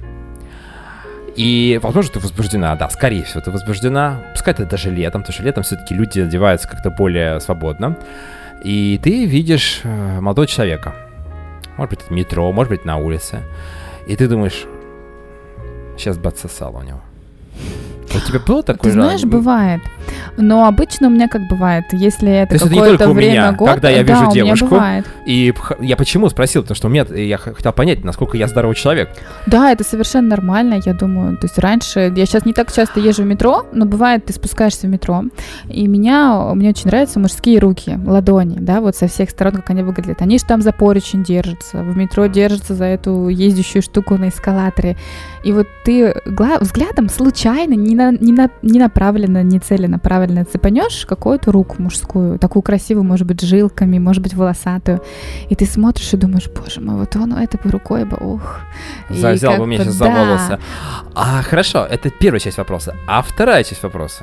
и, возможно, ты возбуждена, да, скорее всего, ты возбуждена, пускай это даже летом, потому что летом все-таки люди одеваются как-то более свободно, и ты видишь молодого человека, может быть, в метро, может быть, на улице, и ты думаешь, сейчас бы отсосало у него. У тебя было такое? Ты знаешь, бывает. Но обычно у меня как бывает, если это То какое-то это не время меня, года, когда я да, вижу у девушку, меня бывает. И я почему спросил, потому что у меня, я хотел понять, насколько я здоровый человек. Да, это совершенно нормально, я думаю. То есть раньше, я сейчас не так часто езжу в метро, но бывает, ты спускаешься в метро, и меня, мне очень нравятся мужские руки, ладони, да, вот со всех сторон, как они выглядят. Они же там за поручень держатся, в метро держатся за эту ездящую штуку на эскалаторе. И вот ты гла- взглядом случайно, не, на, не, на, не направленно, не целенаправленно цепанешь какую-то руку мужскую, такую красивую, может быть, жилками, может быть, волосатую, и ты смотришь и думаешь, боже мой, вот он этой бы рукой бы, ух. Взял бы меня сейчас да. за волосы. А, хорошо, это первая часть вопроса. А вторая часть вопроса.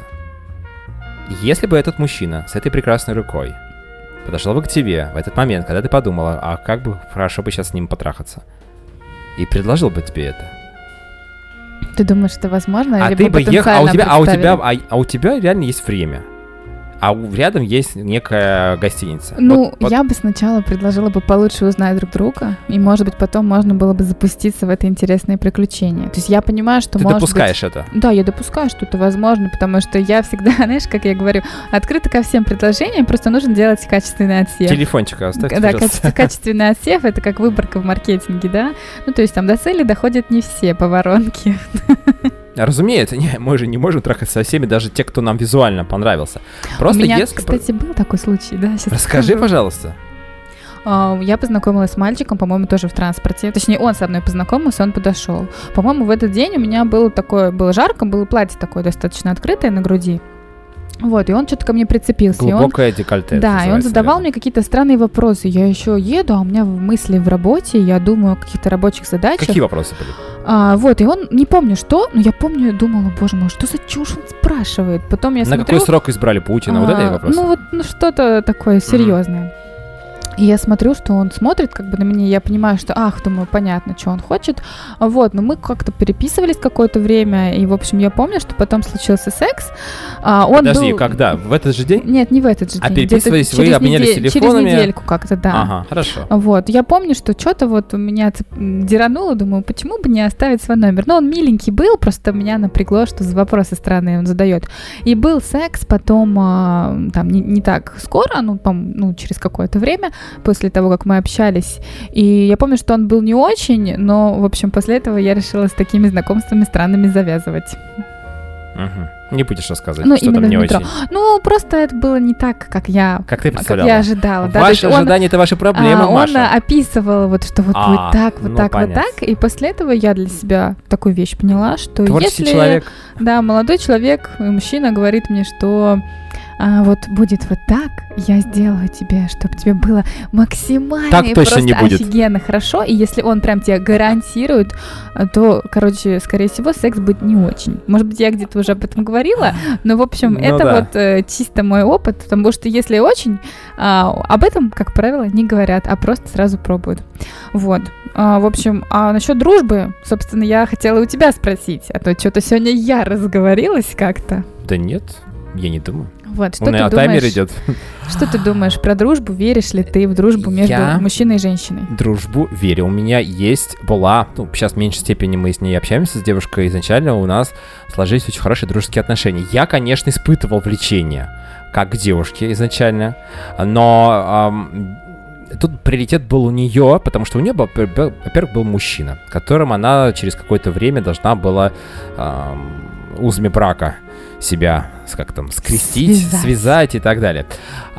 Если бы этот мужчина с этой прекрасной рукой подошел бы к тебе в этот момент, когда ты подумала, а как бы хорошо бы сейчас с ним потрахаться, и предложил бы тебе это, ты думаешь, это возможно? А ты бы ехал, а у тебя, а у тебя, а, а у тебя реально есть время, а у, рядом есть некая гостиница. Ну, вот, вот. я бы сначала предложила бы получше узнать друг друга, и, может быть, потом можно было бы запуститься в это интересное приключение. То есть я понимаю, что ты может допускаешь быть... это? Да, я допускаю, что это возможно, потому что я всегда, знаешь, как я говорю, открыта ко всем предложениям, просто нужно делать качественный отсев. Телефончик оставьте, да, каче- качественный отсев — это как выборка в маркетинге, да? Ну, то есть там до цели доходят не все по воронке. Разумеется, не, мы же не можем трахаться со всеми, даже те, кто нам визуально понравился. Просто У меня, если... кстати, был такой случай, да, сейчас Расскажи, скажу. пожалуйста. Uh, я познакомилась с мальчиком, по-моему, тоже в транспорте. Точнее, он со мной познакомился, он подошел. По-моему, в этот день у меня было такое, было жарко, было платье такое достаточно открытое на груди. Вот, и он что-то ко мне прицепился. Глубокое и он, декольте. Да, и он задавал наверное. мне какие-то странные вопросы. Я еще еду, а у меня мысли в работе, я думаю о каких-то рабочих задачах. Какие вопросы были? А, вот, и он, не помню что, но я помню, думала, боже мой, что за чушь он спрашивает. Потом я На смотрю... какой срок избрали Путина? А, вот это вопрос? Ну, вот ну, что-то такое серьезное. Mm-hmm. И я смотрю, что он смотрит как бы на меня, я понимаю, что, ах, думаю, понятно, что он хочет. Вот, но мы как-то переписывались какое-то время, и, в общем, я помню, что потом случился секс. А, он Подожди, был... когда? В этот же день? Нет, не в этот же а день. А переписывались вы, обменялись недель... телефонами? Через недельку как-то, да. Ага, хорошо. Вот, я помню, что что-то вот у меня дерануло, думаю, почему бы не оставить свой номер. Но он миленький был, просто меня напрягло, что за вопросы странные он задает. И был секс потом, а, там, не, не так скоро, ну, там, ну, через какое-то время, после того, как мы общались. И я помню, что он был не очень, но, в общем, после этого я решила с такими знакомствами странными завязывать. Угу. Не будешь рассказывать, ну, что там не очень. Ну, просто это было не так, как я, как ты представляла. Как я ожидала. Да, ваши ожидания — это ваши проблемы, а, Маша. Он описывал, вот, что вот а, будет так, вот ну, так, понятно. вот так. И после этого я для себя такую вещь поняла, что Творческий если... человек. Да, молодой человек, мужчина говорит мне, что... А вот будет вот так, я сделаю тебе, чтобы тебе было максимально так и точно просто не будет. Офигенно хорошо. И если он прям тебе гарантирует, то, короче, скорее всего, секс будет не очень. Может быть, я где-то уже об этом говорила, но, в общем, ну, это да. вот э, чисто мой опыт, потому что если очень, а, об этом, как правило, не говорят, а просто сразу пробуют. Вот. А, в общем, а насчет дружбы, собственно, я хотела у тебя спросить, а то что-то сегодня я разговорилась как-то. Да нет, я не думаю. Вот, что У меня ты таймер думаешь, идет. Что ты думаешь про дружбу? Веришь ли ты в дружбу между Я- мужчиной и женщиной? Дружбу верю. У меня есть, была, ну, сейчас в меньшей степени мы с ней общаемся, с девушкой. Изначально у нас сложились очень хорошие дружеские отношения. Я, конечно, испытывал влечение, как к девушке изначально, но ам, тут приоритет был у нее, потому что у нее, был, во-первых, был мужчина, которым она через какое-то время должна была ам, узами брака себя, как там, скрестить, Связать. связать и так далее.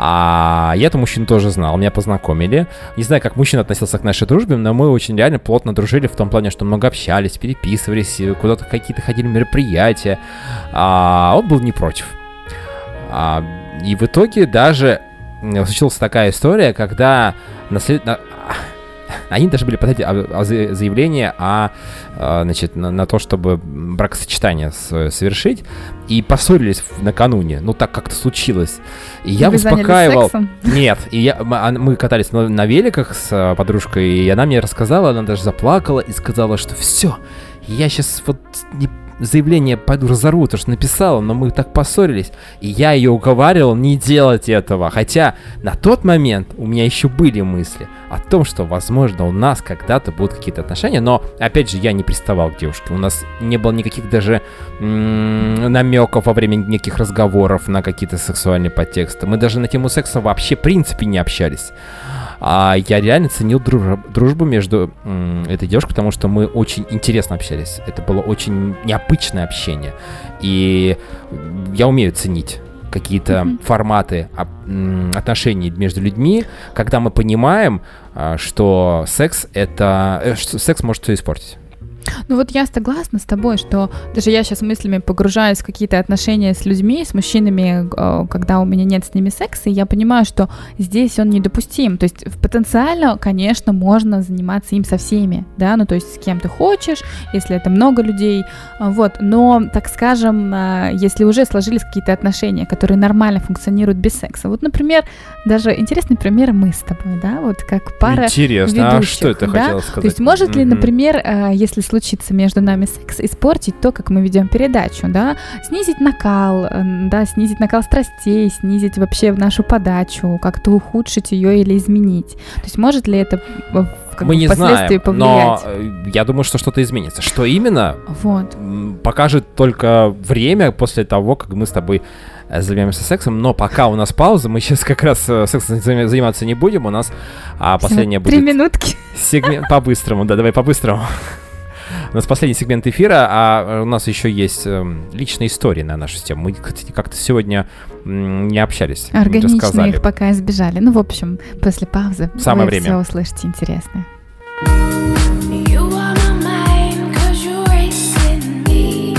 А я эту мужчину тоже знал, меня познакомили. Не знаю, как мужчина относился к нашей дружбе, но мы очень реально плотно дружили в том плане, что много общались, переписывались, куда-то какие-то ходили мероприятия. А он был не против. А, и в итоге даже случилась такая история, когда на след... на- они даже были подать а- а- за- заявление о, а, значит, на, на то, чтобы бракосочетание с- совершить, и поссорились в- накануне. Ну, так как-то случилось. И я Вы занялись успокаивал. сексом? Нет, и я, мы, а, мы катались на, на великах с а, подружкой, и она мне рассказала, она даже заплакала и сказала, что все, я сейчас вот не- заявление пойду разорву, то, что написала, но мы так поссорились. И я ее уговаривал не делать этого. Хотя на тот момент у меня еще были мысли о том, что, возможно, у нас когда-то будут какие-то отношения. Но, опять же, я не приставал к девушке. У нас не было никаких даже м- намеков во время неких разговоров на какие-то сексуальные подтексты. Мы даже на тему секса вообще, в принципе, не общались. А я реально ценил друж- дружбу между м, этой девушкой, потому что мы очень интересно общались. Это было очень необычное общение. И я умею ценить какие-то Мгм. форматы а, м, отношений между людьми, когда мы понимаем, а, что секс это... э, что секс может все испортить. Ну вот я согласна с тобой, что даже я сейчас мыслями погружаюсь в какие-то отношения с людьми, с мужчинами, э, когда у меня нет с ними секса, и я понимаю, что здесь он недопустим. То есть в- потенциально, конечно, можно заниматься им со всеми, да, ну то есть с кем ты хочешь, если это много людей, э, вот. Но, так скажем, э, если уже сложились какие-то отношения, которые нормально функционируют без секса. Вот, например, даже интересный пример мы с тобой, да, вот как пара Интересно, а ведущих, что это да? хотела сказать? То есть может ли, Мгм. например, э, если случится между нами секс, испортить то, как мы ведем передачу, да, снизить накал, э, да, снизить накал страстей, снизить вообще нашу подачу, как-то ухудшить ее или изменить. То есть может ли это э, в- как Мы бы не впоследствии знаем, повлиять? но э, я думаю, что что-то изменится. Что именно, Вот. м, покажет только время после того, как мы с тобой э, займемся сексом. Но пока у нас пауза, мы сейчас как раз э, сексом заня- заниматься не будем. У нас а, последняя Три будет минутки. сегмент по-быстрому. Да, давай по-быстрому. У нас последний сегмент эфира, а у нас еще есть эм, личные истории на нашу тему. Мы, кстати, как-то сегодня м, не общались, не Органично рассказали. их пока избежали. Ну, в общем, после паузы Самое вы время. все услышите интересное. You are my mind, 'cause you're racing me.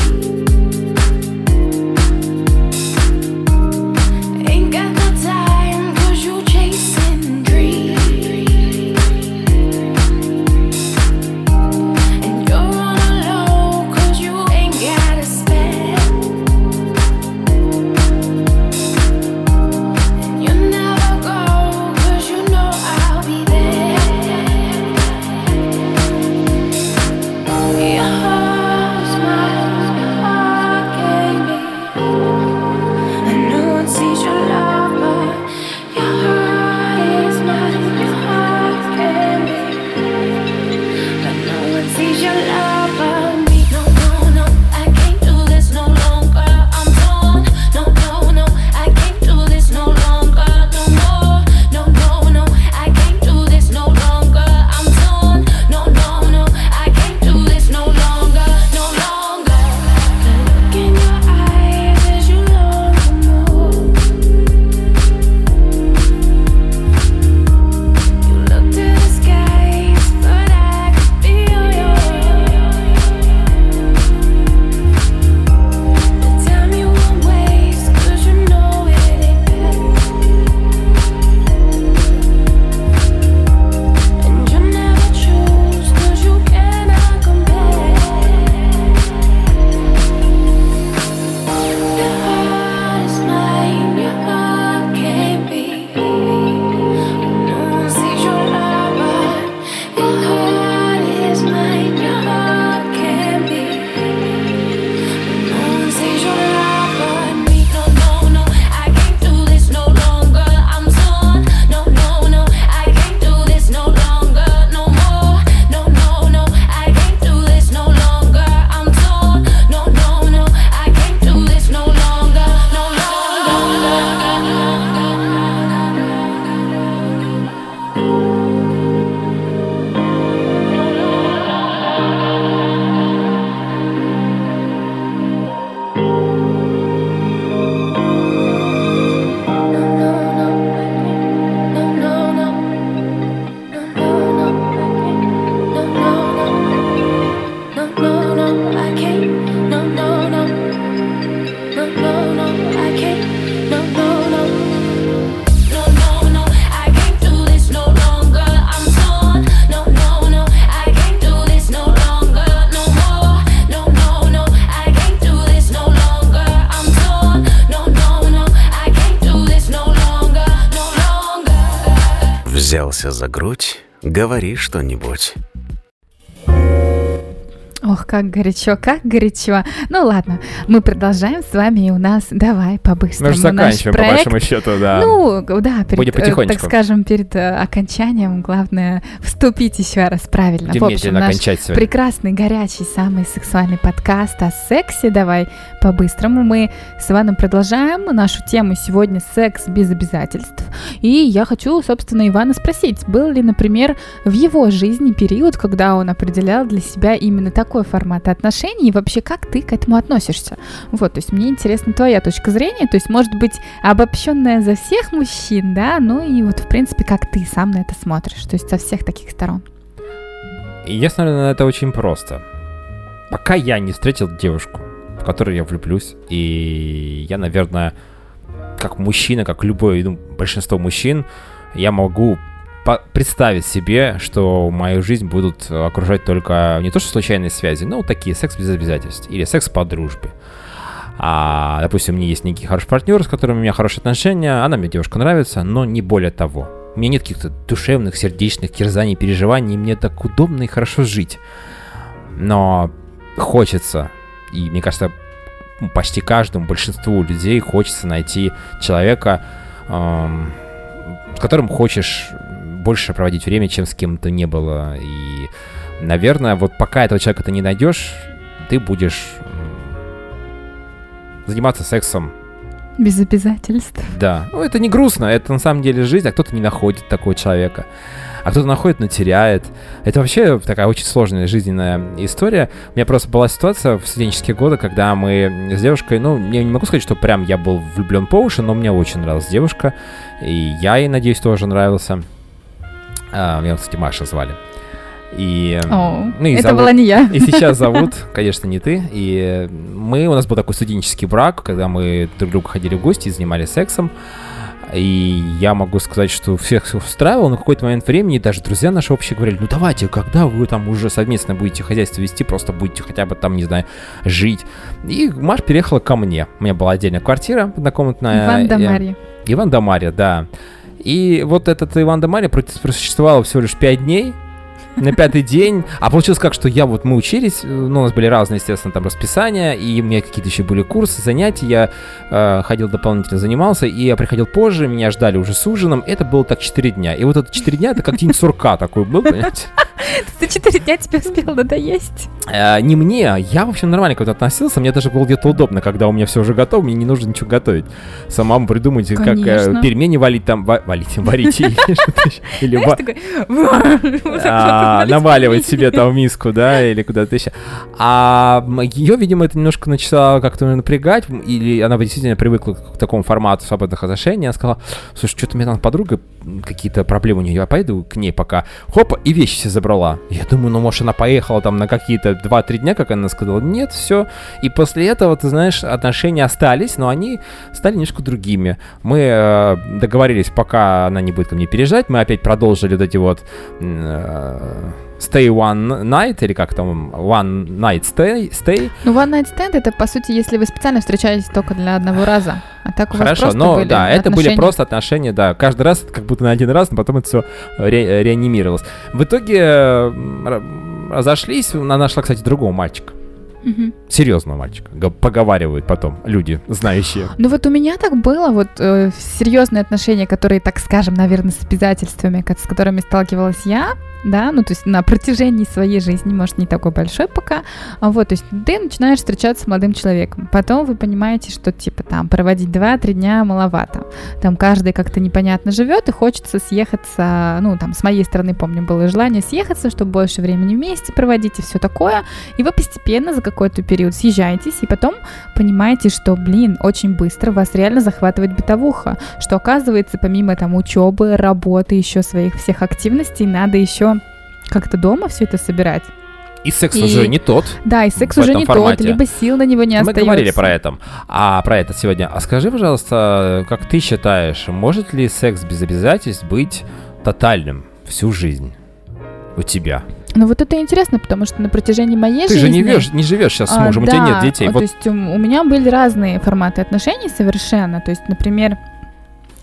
Ain't got the time, 'cause you chasing dreams. And you're on a low, 'cause you ain't got a spare. And you never go, 'cause you know I'll be there. Взялся за грудь, говори что-нибудь. Ох, как горячо, как горячо. Ну ладно, мы продолжаем с вами, и у нас, давай, по-быстрому, Мы же наш заканчиваем, по проект. большому счету, да. Ну, да, перед, Будем э, потихонечку. так скажем, перед э, окончанием главное вступить еще раз правильно. Будем В общем, медленно наш кончать сегодня. прекрасный, горячий, самый сексуальный подкаст о сексе. Давай по-быстрому. Мы с Иваном продолжаем нашу тему сегодня «Секс без обязательств». И я хочу, собственно, Ивана спросить, был ли, например, в его жизни период, когда он определял для себя именно такой формат отношений, и вообще как ты к этому относишься? Вот, то есть мне интересна твоя точка зрения, то есть может быть обобщенная за всех мужчин, да, ну и вот в принципе как ты сам на это смотришь, то есть со всех таких сторон. И я смотрю на это очень просто. Пока я не встретил девушку, в которую я влюблюсь, и я, наверное, как мужчина, как любой, ну, большинство мужчин, я могу по- представить себе, что мою жизнь будут окружать только не то что случайные связи, но вот такие секс без обязательств или секс по дружбе. А, допустим, у меня есть некий хороший партнер, с которым у меня хорошие отношения, она мне девушка нравится, но не более того. У меня нет каких-то душевных, сердечных терзаний, переживаний, мне так удобно и хорошо жить. Но хочется, и мне кажется, почти каждому, большинству людей хочется найти человека, эм, с которым хочешь больше проводить время, чем с кем-то не было. И, наверное, вот пока этого человека ты не найдешь, ты будешь заниматься сексом. Без обязательств. Да. Ну, это не грустно, это на самом деле жизнь, а кто-то не находит такого человека. А кто-то находит, но теряет. Это вообще такая очень сложная жизненная история. У меня просто была ситуация в студенческие годы, когда мы с девушкой, ну, я не могу сказать, что прям я был влюблен по уши, но мне очень нравилась девушка. И я ей, надеюсь, тоже нравился. А, меня, кстати, Маша звали. И, О, ну, и это зовут, была не я. И сейчас зовут, конечно, не ты. И мы, у нас был такой студенческий брак, когда мы друг к другу ходили в гости и занимались сексом. И я могу сказать, что всех все устраивало, но в какой-то момент времени даже друзья наши общие говорили, ну давайте, когда вы там уже совместно будете хозяйство вести, просто будете хотя бы там, не знаю, жить. И Маш переехала ко мне. У меня была отдельная квартира однокомнатная. Иван да Марья. Иван да Марья, да. И вот этот Иван да Марья просуществовал всего лишь пять дней. На пятый день, а получилось как, что я вот, мы учились, ну, у нас были разные, естественно, там расписания, и у меня какие-то еще были курсы, занятия, я э, ходил дополнительно, занимался, и я приходил позже, меня ждали уже с ужином, это было так четыре дня, и вот это четыре дня, это как день сурка такой был, понимаете? За четыре дня тебе успел надоесть? Э, не мне, я, в общем, нормально как-то относился, мне даже было где-то удобно, когда у меня все уже готово, мне не нужно ничего готовить, самому придумать, как э, пельмени валить там, ва- валить, варить, или наваливать себе там в миску, да, или куда-то еще. А ее, видимо, это немножко начало как-то напрягать, или она действительно привыкла к такому формату свободных отношений. Она сказала, слушай, что-то у меня там подруга, какие-то проблемы у нее, я пойду к ней пока. Хопа, и вещи себе забрала. Я думаю, ну, может, она поехала там на какие-то два-три дня, как она сказала. Нет, все. И после этого, ты знаешь, отношения остались, но они стали немножко другими. Мы э, договорились, пока она не будет ко мне переезжать, мы опять продолжили вот эти вот... Э, Stay one night, или как там, one night stay, stay. Ну, one night stand — это, по сути, если вы специально встречались только для одного раза. А так у вас Хорошо, просто но были да, это отношения. были просто отношения, да, каждый раз как будто на один раз, но потом это все ре- реанимировалось. В итоге э, разошлись, она нашла, кстати, другого мальчика. Угу. Серьезного мальчика, г- поговаривают потом люди, знающие. Ну вот у меня так было, вот э, серьезные отношения, которые, так скажем, наверное, с обязательствами, с которыми сталкивалась я, да, ну то есть на протяжении своей жизни, может, не такой большой пока, а вот, то есть ты начинаешь встречаться с молодым человеком, потом вы понимаете, что типа там проводить два-три дня маловато, там каждый как-то непонятно живет и хочется съехаться, ну там с моей стороны, помню, было желание съехаться, чтобы больше времени вместе проводить и все такое, и вы постепенно за какой-то период съезжаетесь, и потом понимаете, что, блин, очень быстро вас реально захватывает бытовуха, что оказывается, помимо там учебы, работы, еще своих всех активностей, надо еще как-то дома все это собирать. И секс И- уже не тот. Да, и секс В уже этом не формате. тот, либо сил на него не Мы остается. говорили про это. А про это сегодня. А скажи, пожалуйста, как ты считаешь, может ли секс без обязательств быть тотальным всю жизнь у тебя? Ну вот это интересно, потому что на протяжении моей Ты жизни... же не, вешь, не живешь сейчас с А, мужем, у да, тебя нет детей. то Вот есть у, у меня были разные форматы отношений совершенно. То есть, например,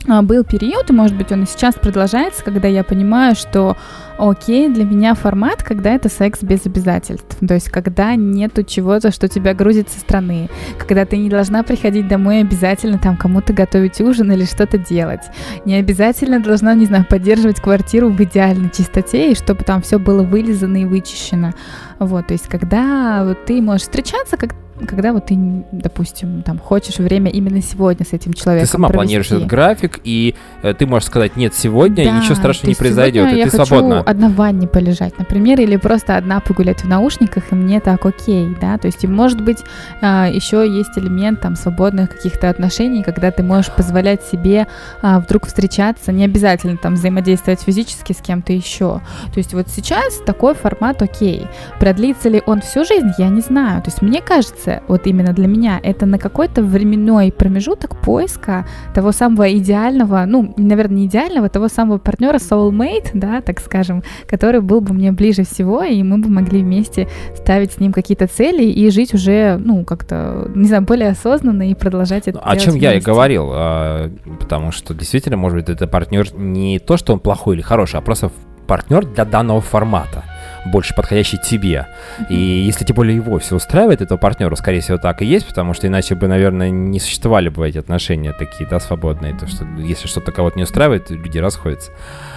а, был период, и, может быть, он и сейчас продолжается, когда я понимаю, что окей, для меня формат, когда это секс без обязательств, то есть когда нету чего-то, что тебя грузит со стороны, когда ты не должна приходить домой обязательно там кому-то готовить ужин или что-то делать, не обязательно должна, не знаю, поддерживать квартиру в идеальной чистоте, и чтобы там все было вылизано и вычищено, вот, то есть когда вот ты можешь встречаться, как когда вот ты, допустим, там хочешь время именно сегодня с этим человеком Ты сама провести. планируешь этот график, и э, ты можешь сказать нет сегодня, Да, и ничего страшного то не есть произойдет, сегодня и я ты хочу свободна. одна в ванне полежать, например, или просто одна погулять в наушниках, и мне так окей, да, то есть, и может быть, а, еще есть элемент там свободных каких-то отношений, когда ты можешь позволять себе а, вдруг встречаться, не обязательно там взаимодействовать физически с кем-то еще, то есть вот сейчас такой формат окей, продлится ли он всю жизнь, я не знаю, то есть мне кажется, вот именно для меня это на какой-то временной промежуток поиска того самого идеального, ну, наверное, не идеального, того самого партнера soulmate, да, так скажем, который был бы мне ближе всего, и мы бы могли вместе ставить с ним какие-то цели и жить уже, ну, как-то, не знаю, более осознанно и продолжать это О делать чем я и вместе. говорил, а, потому что действительно, может быть, это партнер не то, что он плохой или хороший, а просто партнер для данного формата, больше подходящий тебе. Mm-hmm. И если тем более его все устраивает, этого партнера, скорее всего, так и есть, потому что иначе бы, наверное, не существовали бы эти отношения такие, да, свободные. То, что если что-то кого-то не устраивает, люди расходятся.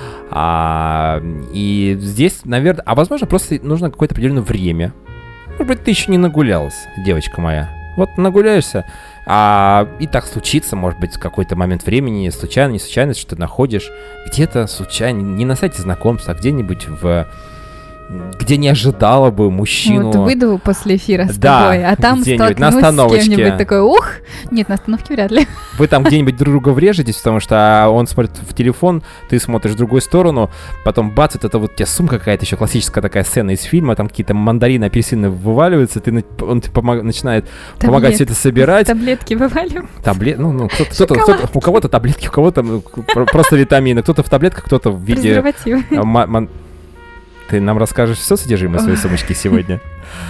А, и здесь, наверное, а возможно, просто нужно какое-то определенное время. Может быть, ты еще не нагулялась, девочка моя. Вот нагуляешься, а, и так случится, может быть, в какой-то момент времени, случайно, не случайно, что ты находишь где-то случайно, не на сайте знакомств, а где-нибудь в... где не ожидала бы мужчину. Вот выйду после эфира с да, тобой, а там где-нибудь на столкнусь остановочке. с кем-нибудь такой, ух, нет, на остановке вряд ли. Вы там где-нибудь друг друга врежетесь, потому что он смотрит в телефон, ты смотришь в другую сторону, потом бац, это, это вот у тебя сумка какая-то еще классическая такая сцена из фильма, там какие-то мандарины, апельсины вываливаются, ты, он тебе помог, начинает Таблет. помогать все это собирать. Таблетки вываливают. Таблет, ну, ну кто-то, кто-то, кто-то, у кого-то таблетки, у кого-то ну, просто витамины, кто-то в таблетках, кто-то в виде... Презервативы. Ты нам расскажешь все содержимое своей сумочки сегодня.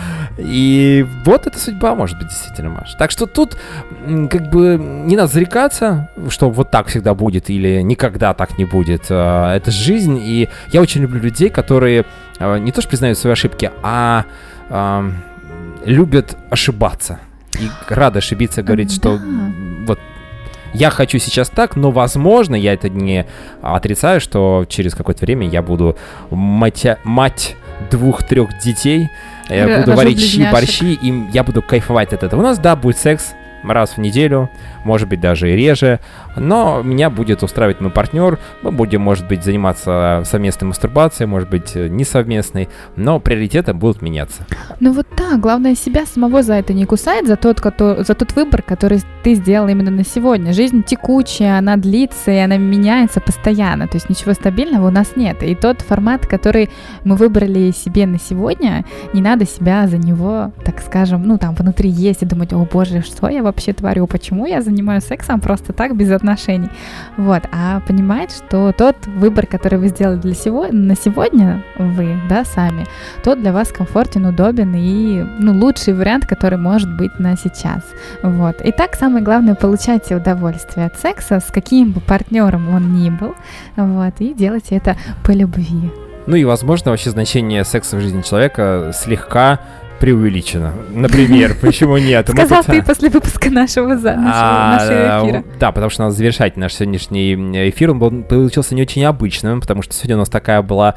И вот эта судьба, может быть, действительно, Маш. Так что тут как бы не надо зарекаться, что вот так всегда будет или никогда так не будет. Это жизнь, и я очень люблю людей, которые не то что признают свои ошибки, а, а любят ошибаться. И рады ошибиться, говорить, да. что вот я хочу сейчас так, но, возможно, я это не отрицаю, что через какое-то время я буду матя- мать двух-трех детей, я Р- буду варить щи, борщи, и я буду кайфовать от этого. У нас, да, будет секс раз в неделю, может быть, даже и реже, но меня будет устраивать мой партнер, мы будем, может быть, заниматься совместной мастурбацией, может быть, не совместной, но приоритеты будут меняться. Ну вот так, главное, себя самого за это не кусать, за тот, который, за тот выбор, который ты сделал именно на сегодня. Жизнь текучая, она длится, и она меняется постоянно, то есть ничего стабильного у нас нет. И тот формат, который мы выбрали себе на сегодня, не надо себя за него, так скажем, ну там внутри есть и думать, о боже, что я вообще творю, почему я занимаюсь сексом просто так, без отношений. Вот, а понимать, что тот выбор, который вы сделали для сего... на сегодня, вы, да, сами, тот для вас комфортен, удобен и, ну, лучший вариант, который может быть на сейчас. Вот. Итак, самое главное, получайте удовольствие от секса, с каким бы партнером он ни был, вот, и делайте это по любви. Ну и, возможно, вообще значение секса в жизни человека слегка преувеличено. Например, почему нет? Сказал ты после выпуска нашего нашего эфира. Да, потому что надо завершать наш сегодняшний эфир. Он получился не очень обычным, потому что сегодня у нас такая была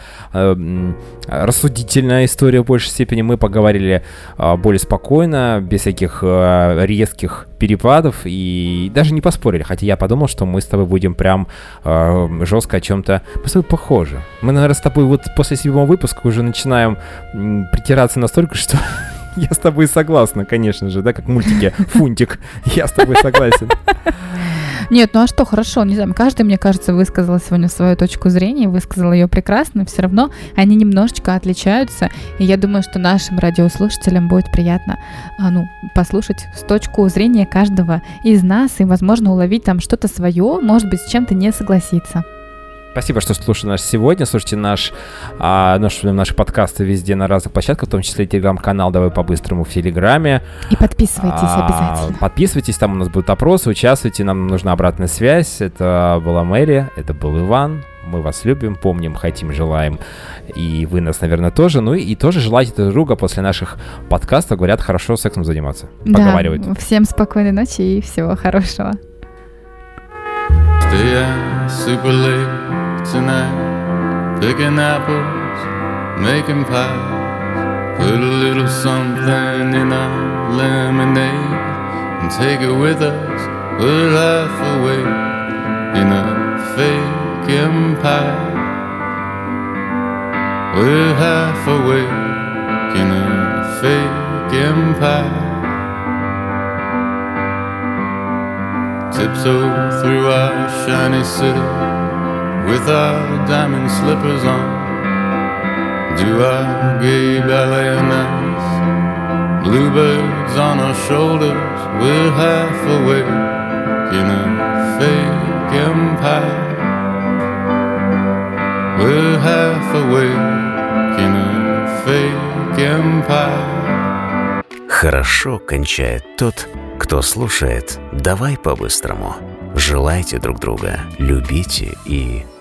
рассудительная история в большей степени. Мы поговорили более спокойно, без всяких резких перепадов и даже не поспорили. Хотя я подумал, что мы с тобой будем прям жестко о чем-то... Мы с тобой похожи. Мы, наверное, с тобой вот после седьмого выпуска уже начинаем притираться настолько, что... Я с тобой согласна, конечно же, да, как в мультике «Фунтик». Я с тобой согласен. Нет, ну а что, хорошо, не знаю, каждый, мне кажется, высказал сегодня свою точку зрения, высказал ее прекрасно, все равно они немножечко отличаются, и я думаю, что нашим радиослушателям будет приятно, а, ну, послушать с точки зрения каждого из нас и, возможно, уловить там что-то свое, может быть, с чем-то не согласиться. Спасибо, что слушали нас сегодня. Слушайте наш, а, наш, наши подкасты везде на разных площадках, в том числе и телеграм-канал «Давай по-быстрому» в Телеграме. И подписывайтесь А, обязательно. Подписывайтесь, там у нас будут опросы, участвуйте, нам нужна обратная связь. Это была Мэри, это был Иван. Мы вас любим, помним, хотим, желаем. И вы нас, наверное, тоже. Ну и, и тоже желайте друг друга после наших подкастов, говорят, хорошо сексом заниматься. Поговаривают. Да, всем спокойной ночи и всего хорошего. Stay out super late tonight, picking apples, making pies. Put a little something in our lemonade and take it with us. Put half away in a fake empire. We're half awake in a fake empire. Tiptoe through our shiny city with our diamond slippers on. Do our gay ballet on ice. Bluebirds on our shoulders. We're half awake in a fake empire. We're half awake in a fake empire. Хорошо кончает тот, кто слушает «Давай по-быстрому». Желайте друг друга, любите и